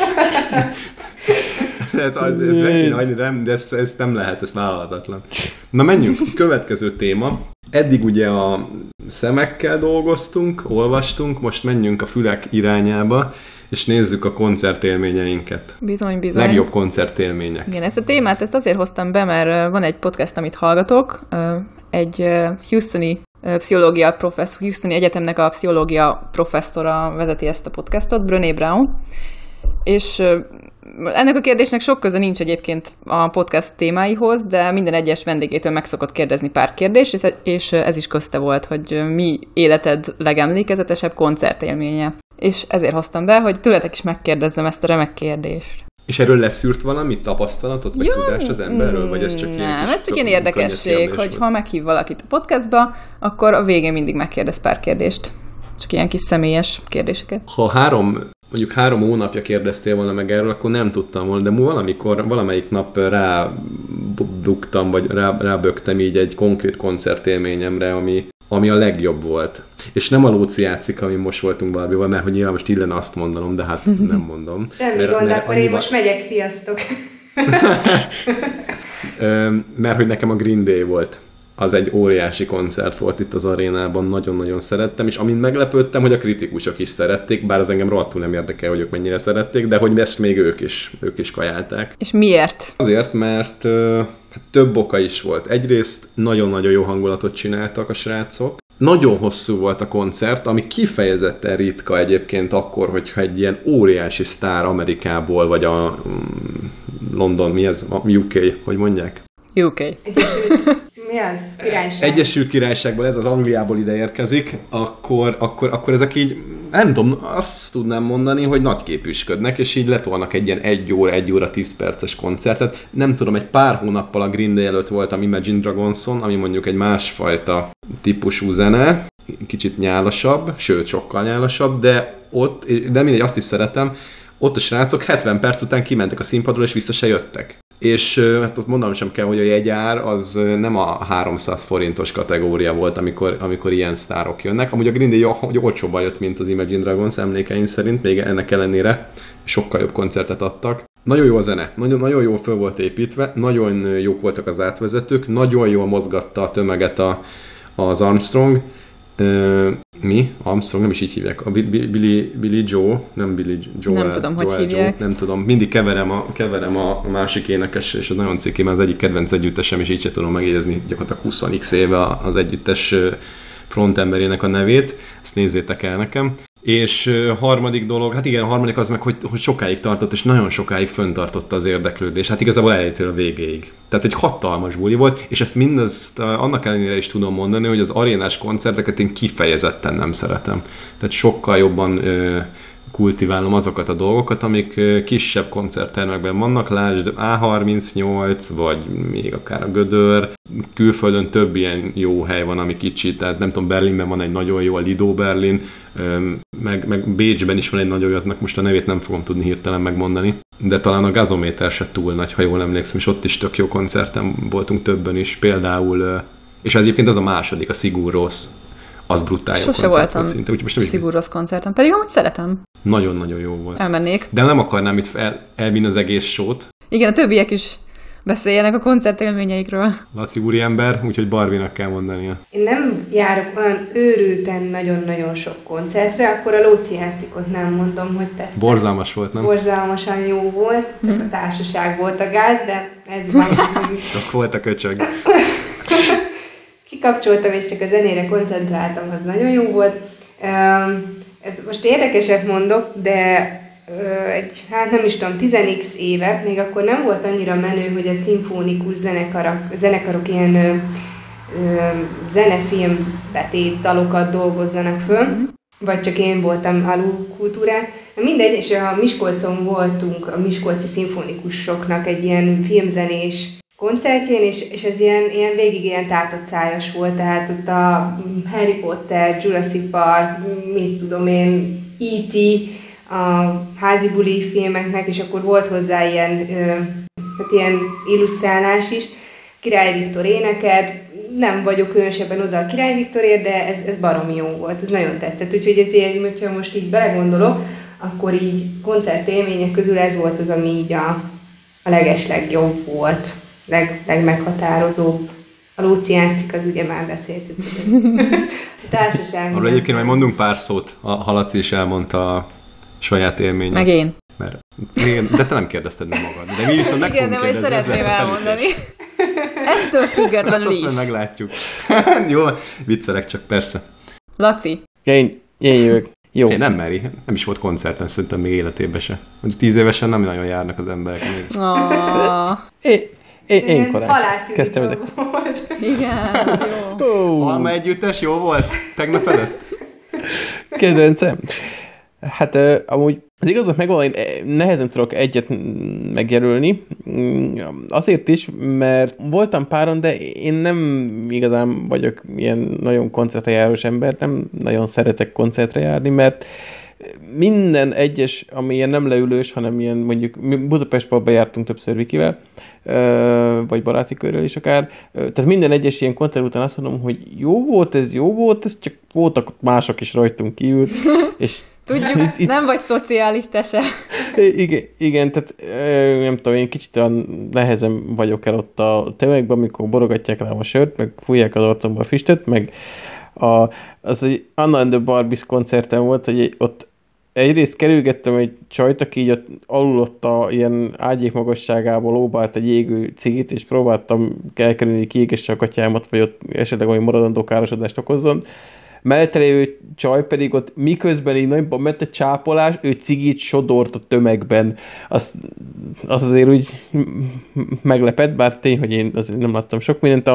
bennem. Ez meg kéne hagyni, de ez nem lehet, ez vállalhatatlan. Na menjünk, következő téma. Eddig ugye a szemekkel dolgoztunk, olvastunk, most menjünk a fülek irányába, és nézzük a koncertélményeinket. Bizony. Legjobb koncertélmények. Igen, ezt a témát azért hoztam be, mert van egy podcast, amit hallgatok, egy Houstoni Houstoni Egyetemnek a pszichológia professzora vezeti ezt a podcastot, Brené Brown, és ennek a kérdésnek sok köze nincs egyébként a podcast témáihoz, de minden egyes vendégétől meg szokott kérdezni pár kérdést, és ez is közte volt, hogy mi életed legemlékezetesebb koncertélménye. És ezért hoztam be, hogy tőletek is megkérdezzem ezt a remek kérdést. És erről leszűrt valamit, tapasztalatot, vagy tudást az emberről, vagy ez csak ilyen nem, ez csak ilyen érdekesség, hogy ha meghív valakit a podcastba, akkor a végén mindig megkérdez pár kérdést. Csak ilyen kis személyes kérdéseket. Ha mondjuk 3 hónapja kérdeztél volna meg erről, akkor nem tudtam volna, de valamelyik nap rábuktam, vagy rábögtem így egy konkrét koncertélményemre, ami a legjobb volt. És nem a Lóci játszik, amin most voltunk Barbival, mert hogy nyilván most illene azt mondanom, de hát nem mondom. Semmi gond, akkor én most megyek, sziasztok! Mert hogy nekem a Green Day volt. Az egy óriási koncert volt itt az arénában, nagyon-nagyon szerettem, és amint meglepődtem, hogy a kritikusok is szerették, bár az engem rohadtul nem érdekel, hogy ők mennyire szerették, de hogy ezt még ők is kajálták. És miért? Azért, mert több oka is volt. Egyrészt nagyon-nagyon jó hangulatot csináltak a srácok. Nagyon hosszú volt a koncert, ami kifejezetten ritka egyébként akkor, hogyha egy ilyen óriási sztár Amerikából, vagy a London, mi ez? A UK, hogy mondják? UK. Mi az? Királyság. Egyesült Királyságból, ez az Angliából ide érkezik, akkor ezek így, nem tudom, azt tudnám mondani, hogy nagyképűsködnek, és így letolnak egy ilyen 1 óra 10 perces koncertet. Nem tudom, egy pár hónappal a Green Day előtt voltam Imagine Dragonson, ami mondjuk egy másfajta típusú zene, kicsit nyálasabb, sőt, sokkal nyálasabb, de mindegy, azt is szeretem, ott a srácok 70 perc után kimentek a színpadról, és vissza se jöttek. És hát ott mondanom sem kell, hogy a jegyár az nem a 300 forintos kategória volt, amikor ilyen sztárok jönnek. Amúgy a Green Day olcsóban jött, mint az Imagine Dragons emlékeim szerint, még ennek ellenére sokkal jobb koncertet adtak. Nagyon jó a zene, nagyon jól föl volt építve, nagyon jók voltak az átvezetők, nagyon jól mozgatta a tömeget az Armstrong. Mi? Armstrong, nem is így hívják. A Billy Joe, nem Billy Joe. Nem tudom, hogy hívják. Nem tudom. Mindig keverem a másik énekes, és az nagyon ciki, mert az egyik kedvenc együttesem, és így sem tudom megjegyezni gyakorlatilag 20x éve az együttes frontemberének a nevét. Ezt nézzétek el nekem. És harmadik dolog, hát igen, a harmadik az meg, hogy sokáig tartott, és nagyon sokáig föntartotta az érdeklődés. Hát igazából elejétől a végéig. Tehát egy hatalmas buli volt, és ezt mindezt annak ellenére is tudom mondani, hogy az arénás koncerteket én kifejezetten nem szeretem. Tehát sokkal jobban kultiválom azokat a dolgokat, amik kisebb koncerttermekben vannak, lásd A38, vagy még akár a Gödör. Külföldön több ilyen jó hely van, ami kicsi, tehát nem tudom, Berlinben van egy nagyon jó, a Lido Berlin, meg Bécsben is van egy nagyon jó, aznak most a nevét nem fogom tudni hirtelen megmondani, de talán a Gazométer se túl nagy, ha jól emlékszem, és ott is tök jó koncerten voltunk többen is, például, és egyébként az a második, a Sigur Rós, az brutál jó koncert volt szinte. Sigur Rós koncerten, pedig amúgy szeretem. Nagyon-nagyon jó volt. Elmennék. De nem akarnám itt elvinni az egész sót. Igen, a többiek is beszéljenek a koncertélményeikről. Laci úriember, úgyhogy Barbinak kell mondania. Én nem járok olyan őrülten nagyon-nagyon sok koncertre, akkor a Lóci játszikot nem mondom, hogy tetszett. Borzalmas volt, nem? Borzalmasan jó volt, csak a társaság volt a gáz, de ez van. Csak volt a köcsög. Kikapcsoltam, és csak a zenére koncentráltam, az nagyon jó volt. Most érdekeset mondok, de hát nem is tudom, 10x éve, még akkor nem volt annyira menő, hogy a szimfonikus zenekarok ilyen zenefilm betétdalokat dolgozzanak föl, vagy csak én voltam alulkultúrák. Mindegy, és a Miskolcon voltunk a miskolci szimfonikusoknak egy ilyen filmzenés koncertjén, és ez ilyen végig ilyen tátott szájas volt, tehát ott a Harry Potter, Jurassic Park, mit tudom én, E.T., a házi buli filmeknek, és akkor volt hozzá ilyen illusztrálás is. Király Viktor énekelt, nem vagyok különösebben oda a Király Viktorért, de ez baromi jó volt, ez nagyon tetszett. Úgyhogy ezért, hogyha most így belegondolok, akkor így koncertélmények közül ez volt az, ami így a legeslegjobb volt, legmeghatározóbb. A Lóci játszik, az ugye már beszéltük. Társaság. Arra egyébként majd mondunk pár szót, ha Laci is elmondta a saját élményét. Meg én. De te nem kérdezted meg magad. De mi viszont meg fogunk kérdezni, ez lesz a elmondani. Ettől függetlenül is. Hát azt meglátjuk. Jó, viccelek csak, persze. Laci. Én jövök. Jó. Nem meri, nem is volt koncerten, szerintem még életében se. Mondjuk 10 évesen nem nagyon járnak az emberek még. Én korán kezdtem ezek. Igen, jó. Alma együttes jó volt tegnap előtt? Kedvencem. Hát amúgy az igazat megvalóan nehezen tudok egyet megjelölni. Azért is, mert voltam páron, de én nem igazán vagyok ilyen nagyon koncertre járós ember, nem nagyon szeretek koncertre járni, mert minden egyes, ami ilyen nem leülős, hanem ilyen mondjuk Budapest Parkba jártunk többször Vikivel, vagy baráti körrel is akár, tehát minden egyes ilyen koncert után azt mondom, hogy jó volt, ez csak voltak mások is rajtunk kívül, és tudjuk, nem vagy szociális te se. Igen, tehát nem tudom, én kicsit olyan nehezen vagyok el ott a tömegben, amikor borogatják rám a sört, meg fújják az arcomba a füstöt, meg az egy Anna and the Barbies koncerten volt, hogy ott egyrészt kerülgettem egy csajt, aki így alul ott a ilyen ágyék magasságából lóbált egy égő cigit, és próbáltam elkerülni, hogy kiégesse a katyámat, vagy ott esetleg olyan maradandó károsodást okozzon. Mellette lévő csaj pedig ott miközben így nagyban ment a csápolás, ő cigit sodort a tömegben. Az azért úgy meglepett, bár tény, hogy én azért nem láttam sok mindent.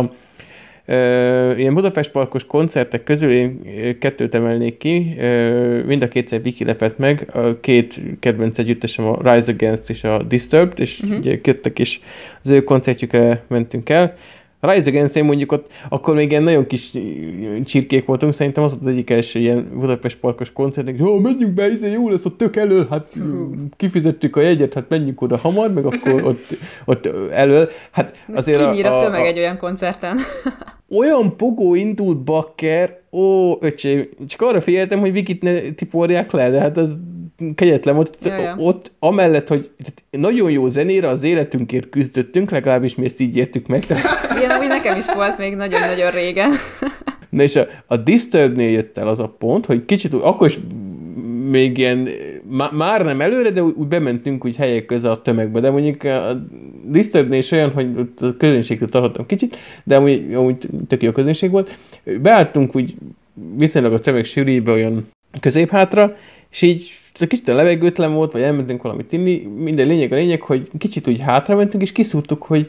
Ilyen Budapest Parkos koncertek közül én kettőt emelnék ki, mind a kétszer Viki lepett meg, a két kedvenc együttesem a Rise Against és a Disturbed, és ugye jöttek is az ő koncertjükre mentünk el. A Rise Against én mondjuk ott, akkor még ilyen nagyon kis csirkék voltunk, szerintem az volt az egyik első ilyen Budapest Parkos koncertnek, hogy menjünk be, jó lesz, ott tök elől, hát kifizettük a jegyet, hát menjünk oda hamar, meg akkor ott elől. Hát azért kinyír a tömeg egy olyan koncerten. Olyan pogó indult bakker, öcsém, csak arra figyeltem, hogy Vikit ne tiporják le, de hát az kegyetlen, ott amellett, hogy nagyon jó zenére az életünkért küzdöttünk, legalábbis mi ezt így értük meg. Igen, ami nekem is volt még nagyon-nagyon régen. Na és a Disturbednél jött el az a pont, hogy kicsit akkor is még ilyen, már nem előre, de úgy bementünk úgy helyek köze a tömegbe, de mondjuk a Disturbednél is olyan, hogy a közönségtől tartottam kicsit, de amúgy tök jó közönség volt. Beálltunk úgy viszonylag a tömeg sűrűjébe olyan középhátra, és így kicsit a levegőtlen volt, vagy elmentünk valamit inni, minden lényeg, hogy kicsit úgy hátra mentünk, és kiszúrtuk, hogy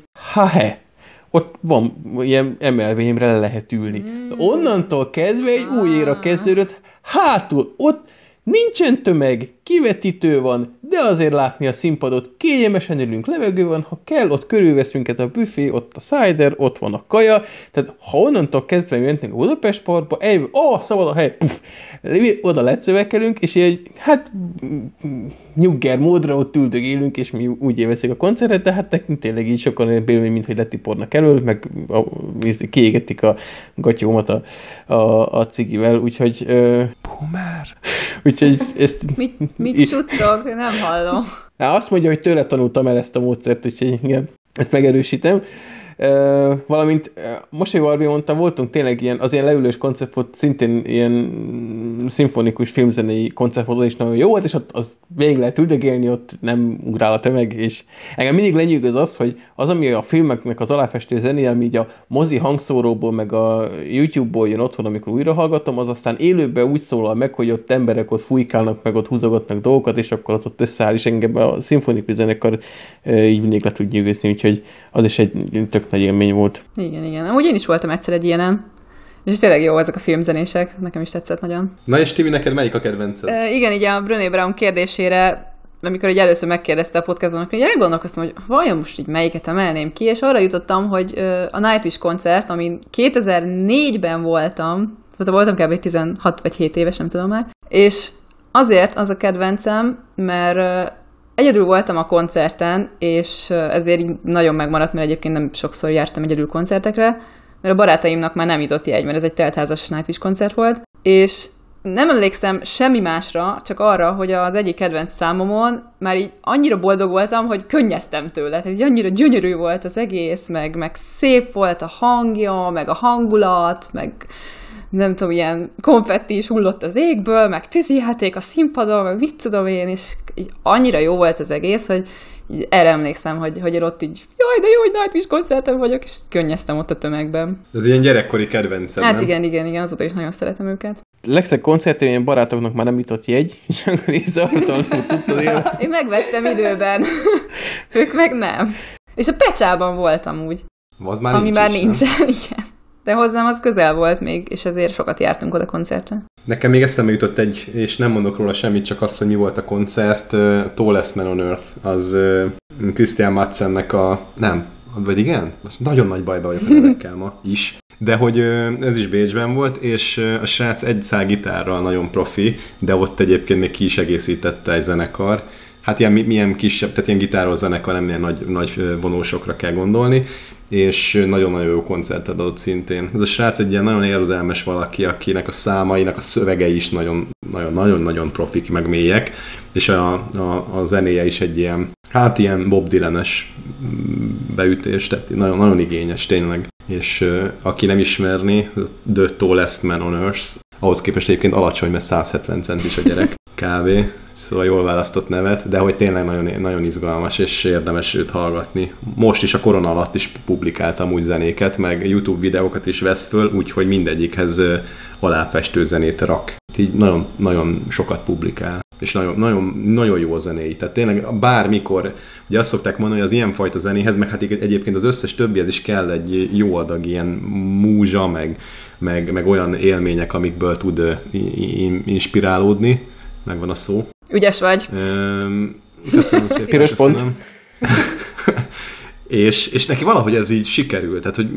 ott van ilyen emelvényemre le lehet ülni. Onnantól kezdve egy új éra kezdődött, hátul, ott nincsen tömeg, kivetítő van, de azért látni a színpadot, kényelmesen ülünk, levegő van, ha kell, ott körülvesz minket a büfé, ott a cider, ott van a kaja, tehát ha onnantól kezdve mentünk a Budapest Parkba, szabad a hely, oda lecövekelünk, és így, hát nyugger módra ott üldögélünk, és mi úgy élvezzük a koncertet, de hát nekünk tényleg így sokkal olyan élmény, mint hogy letipornak elől, meg kiégetik a gatyómat a cigivel, úgyhogy... Boomer! Úgyhogy ezt... Mit suttog? Nem hallom. Azt mondja, hogy tőle tanultam el ezt a módszert, úgyhogy igen, ezt megerősítem. Valamint Mosoly Barbi mondta, voltunk tényleg ilyen, az ilyen leülős koncert volt, szintén ilyen szimfonikus filmzenei koncert volt, és nagyon jó volt, és ott az végig lehet üldögélni, ott nem ugrál a tömeg, és engem mindig lenyűgöz az, hogy az, ami a filmeknek az aláfestő zené, ami így a mozi hangszóróból, meg a YouTube-ból jön otthon, amikor újra hallgatom, az aztán élőben úgy szólal meg, hogy ott emberek ott fújkálnak, meg ott húzogatnak dolgokat, és akkor ott összeáll, és engem a szimfonikus zenekar így mindig le tud nyűgözni, úgyhogy az is egy tök nagy élmény volt. Igen. Amúgy én is voltam egyszer egy ilyenen. És tényleg jó ezek a filmzenések, nekem is tetszett nagyon. Na és Tibi, neked melyik a kedvenced? Igen, így a Brené Brown kérdésére, amikor így először megkérdezte a podcastban, akkor így elgondolkoztam, hogy vajon most így melyiket emelném ki, és arra jutottam, hogy a Nightwish koncert, amin 2004-ben voltam kb. 16 vagy 7 éves, nem tudom már, és azért az a kedvencem, mert egyedül voltam a koncerten, és ezért nagyon megmaradt, mert egyébként nem sokszor jártam egyedül koncertekre, mert a barátaimnak már nem jutott jegy, mert ez egy teltházas Nightwish koncert volt, és nem emlékszem semmi másra, csak arra, hogy az egyik kedvenc számomon már így annyira boldog voltam, hogy könnyeztem tőle. Tehát így annyira gyönyörű volt az egész, meg szép volt a hangja, meg a hangulat, meg nem tudom, ilyen konfetti is hullott az égből, meg tűzijáték a színpadon, meg mit tudom én, és így annyira jó volt az egész, hogy így erre emlékszem, hogy ott így, jaj, de jó, hogy Nightwish koncerten vagyok, és könnyeztem ott a tömegben. Ez ilyen gyerekkori kedvencem, Hát nem? igen, azóta is nagyon szeretem őket. Legszebb koncertén ilyen barátoknak már nem jutott jegy, és akkor így zavartam, hogy tudtad élni. Én megvettem időben, ők meg nem. És a Pecsában voltam úgy, Az már ami nincs már is, nincsen, igen. De hozzám az közel volt még, és ezért sokat jártunk oda koncertre. Nekem még eszembe jutott egy, és nem mondok róla semmit, csak azt, hogy mi volt a koncert, Tallest Man on Earth, az Christian Madsennek vagy igen? Most nagyon nagy bajba vagyok a nevekkel ma is. De hogy ez is Bécsben volt, és a srác egy szál gitárral nagyon profi, de ott egyébként még ki is egészítette egy zenekar. Hát milyen kisebb, tehát ilyen gitáros zenekar, nem ilyen nagy vonósokra kell gondolni, és nagyon-nagyon jó koncertet adott szintén. Ez a srác egy ilyen nagyon érzelmes valaki, akinek a számainak a szövegei is nagyon-nagyon profik, meg mélyek, és a zenéje is egy ilyen Bob Dylan-es beütés, tehát nagyon igényes tényleg. És aki nem ismerni, The Tallest Man on Earth, ahhoz képest egyébként alacsony, mert 170 centis a gyerek, kb. Szóval jól választott nevet, de hogy tényleg nagyon izgalmas, és érdemes őt hallgatni. Most is a korona alatt is publikáltam úgy zenéket, meg YouTube videókat is vesz föl, úgyhogy mindegyikhez aláfestő zenét rak. Így nagyon sokat publikál, és nagyon jó a zenéi. Tehát tényleg bármikor, ugye azt szokták mondani, hogy az ilyenfajta zenéhez, meg hát egyébként az összes többihez is kell egy jó adag ilyen múzsa, meg olyan élmények, amikből tud inspirálódni. Megvan a szó. Ügyes vagy. Köszönöm szépen. Piros pont. És neki valahogy ez így sikerült, tehát hogy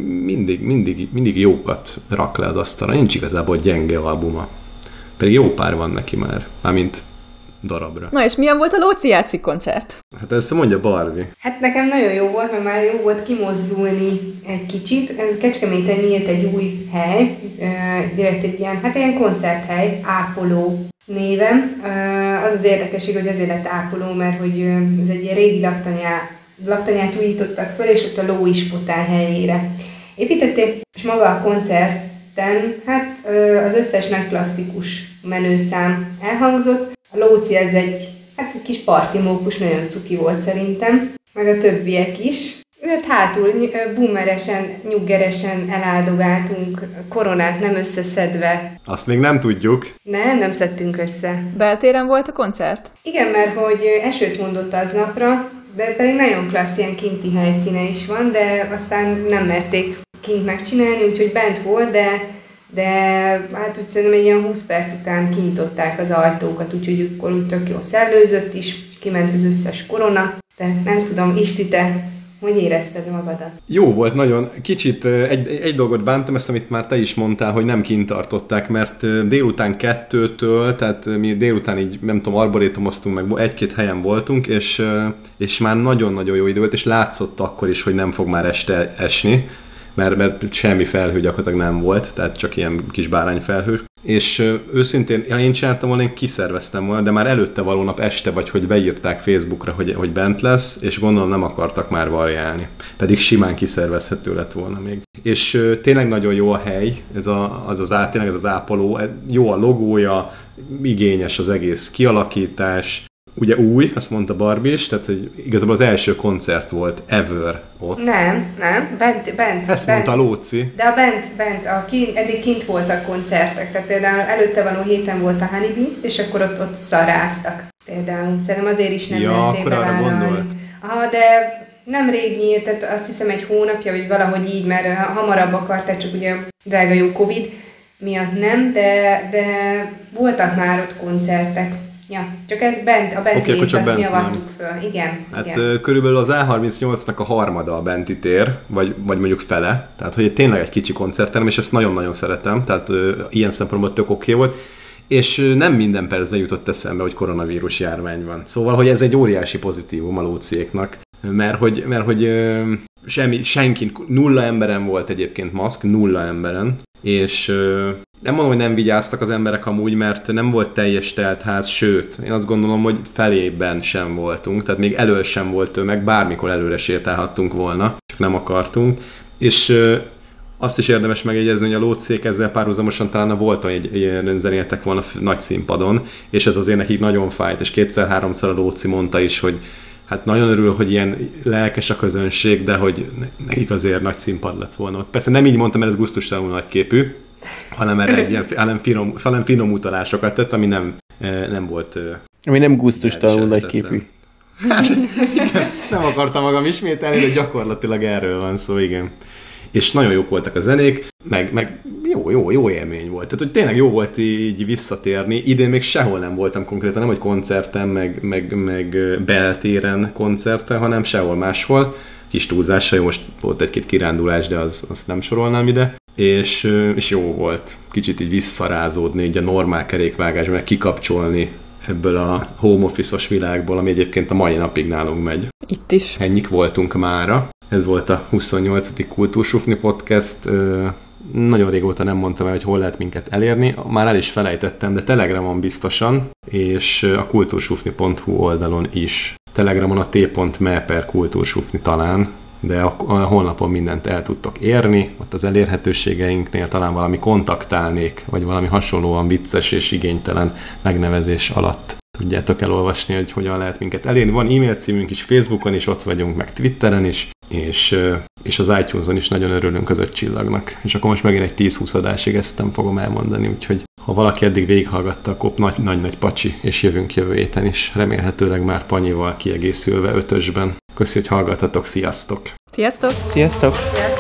mindig jókat rak le az asztalra. Nincs igazából gyenge albuma. Pedig jó pár van neki mármint darabra. Na és milyen volt a Lóci játszik koncert? Hát ezt mondja Barbie. Hát nekem nagyon jó volt, mert már jó volt kimozdulni egy kicsit. Kecskeméten nyílt egy új hely, direkt egy ilyen koncerthely, Ápoló néven. Az érdekesség, hogy azért lett Ápoló, mert hogy ez egy ilyen régi laktanyát újítottak föl, és ott a ló is futál helyére építették, és maga a koncerten, hát az összes nagy klasszikus menőszám elhangzott. A Lóci ez egy kis partimókus, nagyon cuki volt szerintem, meg a többiek is. Őt hátul boomeresen, nyuggeresen eláldogáltunk, koronát nem összeszedve. Azt még nem tudjuk. Nem szedtünk össze. Beltéren volt a koncert? Igen, mert hogy esőt mondott aznapra, de pedig nagyon klassz, ilyen kinti helyszíne is van, de aztán nem merték kint megcsinálni, úgyhogy bent volt, de hát úgy szerintem egy ilyen 20 perc után kinyitották az ajtókat, úgyhogy akkor úgy tök jó szellőzött is, kiment az összes korona, de nem tudom, Isti, te hogy érezted magadat? Jó volt nagyon. Kicsit egy dolgot bántam, ezt amit már te is mondtál, hogy nem kint tartották, mert délután 2-től, tehát mi délután így, nem tudom, arborétumoztunk, meg egy-két helyen voltunk, és már nagyon-nagyon jó idő volt, és látszott akkor is, hogy nem fog már este esni, mert semmi felhő gyakorlatilag nem volt, tehát csak ilyen kis bárányfelhő. És őszintén, ha én csináltam volna, én kiszerveztem volna, de már előtte való nap este vagy, hogy beírták Facebookra, hogy bent lesz, és gondolom nem akartak már variálni. Pedig simán kiszervezhető lett volna még. És tényleg nagyon jó a hely, tényleg ez az Ápoló, jó a logója, igényes az egész kialakítás, ugye új, azt mondta Barbie is, tehát hogy igazából az első koncert volt ever ott. Nem, bent. Ezt mondta Lóci. De a bent, eddig kint voltak koncertek, tehát például előtte való héten volt a Honey Beast, és akkor ott szaráztak például. Szerintem azért is nem merték bevállalni. Aha, de nem rég nyílt, tehát azt hiszem egy hónapja, vagy valahogy így, mert hamarabb akarták, csak ugye drága jó Covid miatt nem, de voltak már ott koncertek. Ja, csak ez a benti részt, azt mi avattuk föl. Igen. Hát igen. Körülbelül az A38-nak a harmada a benti tér, vagy mondjuk fele. Tehát, hogy tényleg egy kicsi koncertterem, és ezt nagyon-nagyon szeretem. Tehát ilyen szempontból tök oké volt. És nem minden percben jutott eszembe, hogy koronavírus járvány van. Szóval, hogy ez egy óriási pozitívum a Lóciéknak. Mert hogy senki, 0 emberen volt egyébként maszk, 0 emberen, és nem mondom, hogy nem vigyáztak az emberek amúgy, mert nem volt teljes teltház, sőt, én azt gondolom, hogy felében sem voltunk, tehát még elől sem volt tömeg, bármikor előre sétálhattunk volna, csak nem akartunk, és azt is érdemes megjegyezni, hogy a lócék ezzel párhuzamosan talán volt, hogy ilyen zenéltek volna nagy színpadon, és ez azért nekik nagyon fájt, és 2-3-szor a Lóci mondta is, hogy hát nagyon örül, hogy ilyen lelkes a közönség, de hogy nekik azért nagy színpad lett volna. Persze nem így mondtam, mert ez gusztustalanul nagyképű, hanem erre egy ilyen finom utalásokat tett, ami nem volt... Ami nem gusztustalanul nagyképű. Hát igen, nem akartam magam ismételni, de gyakorlatilag erről van szó, igen. És nagyon jók voltak a zenék, meg jó élmény volt. Tehát, hogy tényleg jó volt így visszatérni. Idén még sehol nem voltam konkrétan, nem hogy koncerten, meg beltéren koncerten, hanem sehol máshol. Kis túlzással, most volt egy-két kirándulás, de azt nem sorolnám ide. És jó volt kicsit így visszarázódni, így a normál kerékvágásban, meg kikapcsolni ebből a home office-os világból, ami egyébként a mai napig nálunk megy. Itt is. Ennyik voltunk mára. Ez volt a 28. Kultúrsufni podcast. Nagyon régóta nem mondtam el, hogy hol lehet minket elérni. Már el is felejtettem, de Telegramon biztosan, és a kultursufni.hu oldalon is. Telegramon a t.me/kultursufni talán, de a honlapon mindent el tudtok érni, ott az elérhetőségeinknél talán valami kontaktálnék, vagy valami hasonlóan vicces és igénytelen megnevezés alatt tudjátok elolvasni, hogy hogyan lehet minket elérni. Van e-mail címünk is, Facebookon is ott vagyunk, meg Twitteren is, és az iTunes-on is nagyon örülünk az 5 csillagnak. És akkor most megint egy 10-20 adásig ezt nem fogom elmondani, úgyhogy ha valaki eddig végighallgatta, akkor nagy pacsi, és jövünk jövő héten is. Remélhetőleg már Panyival kiegészülve 5-ösben. Köszi, hogy hallgattatok, sziasztok! Sziasztok! Sziasztok!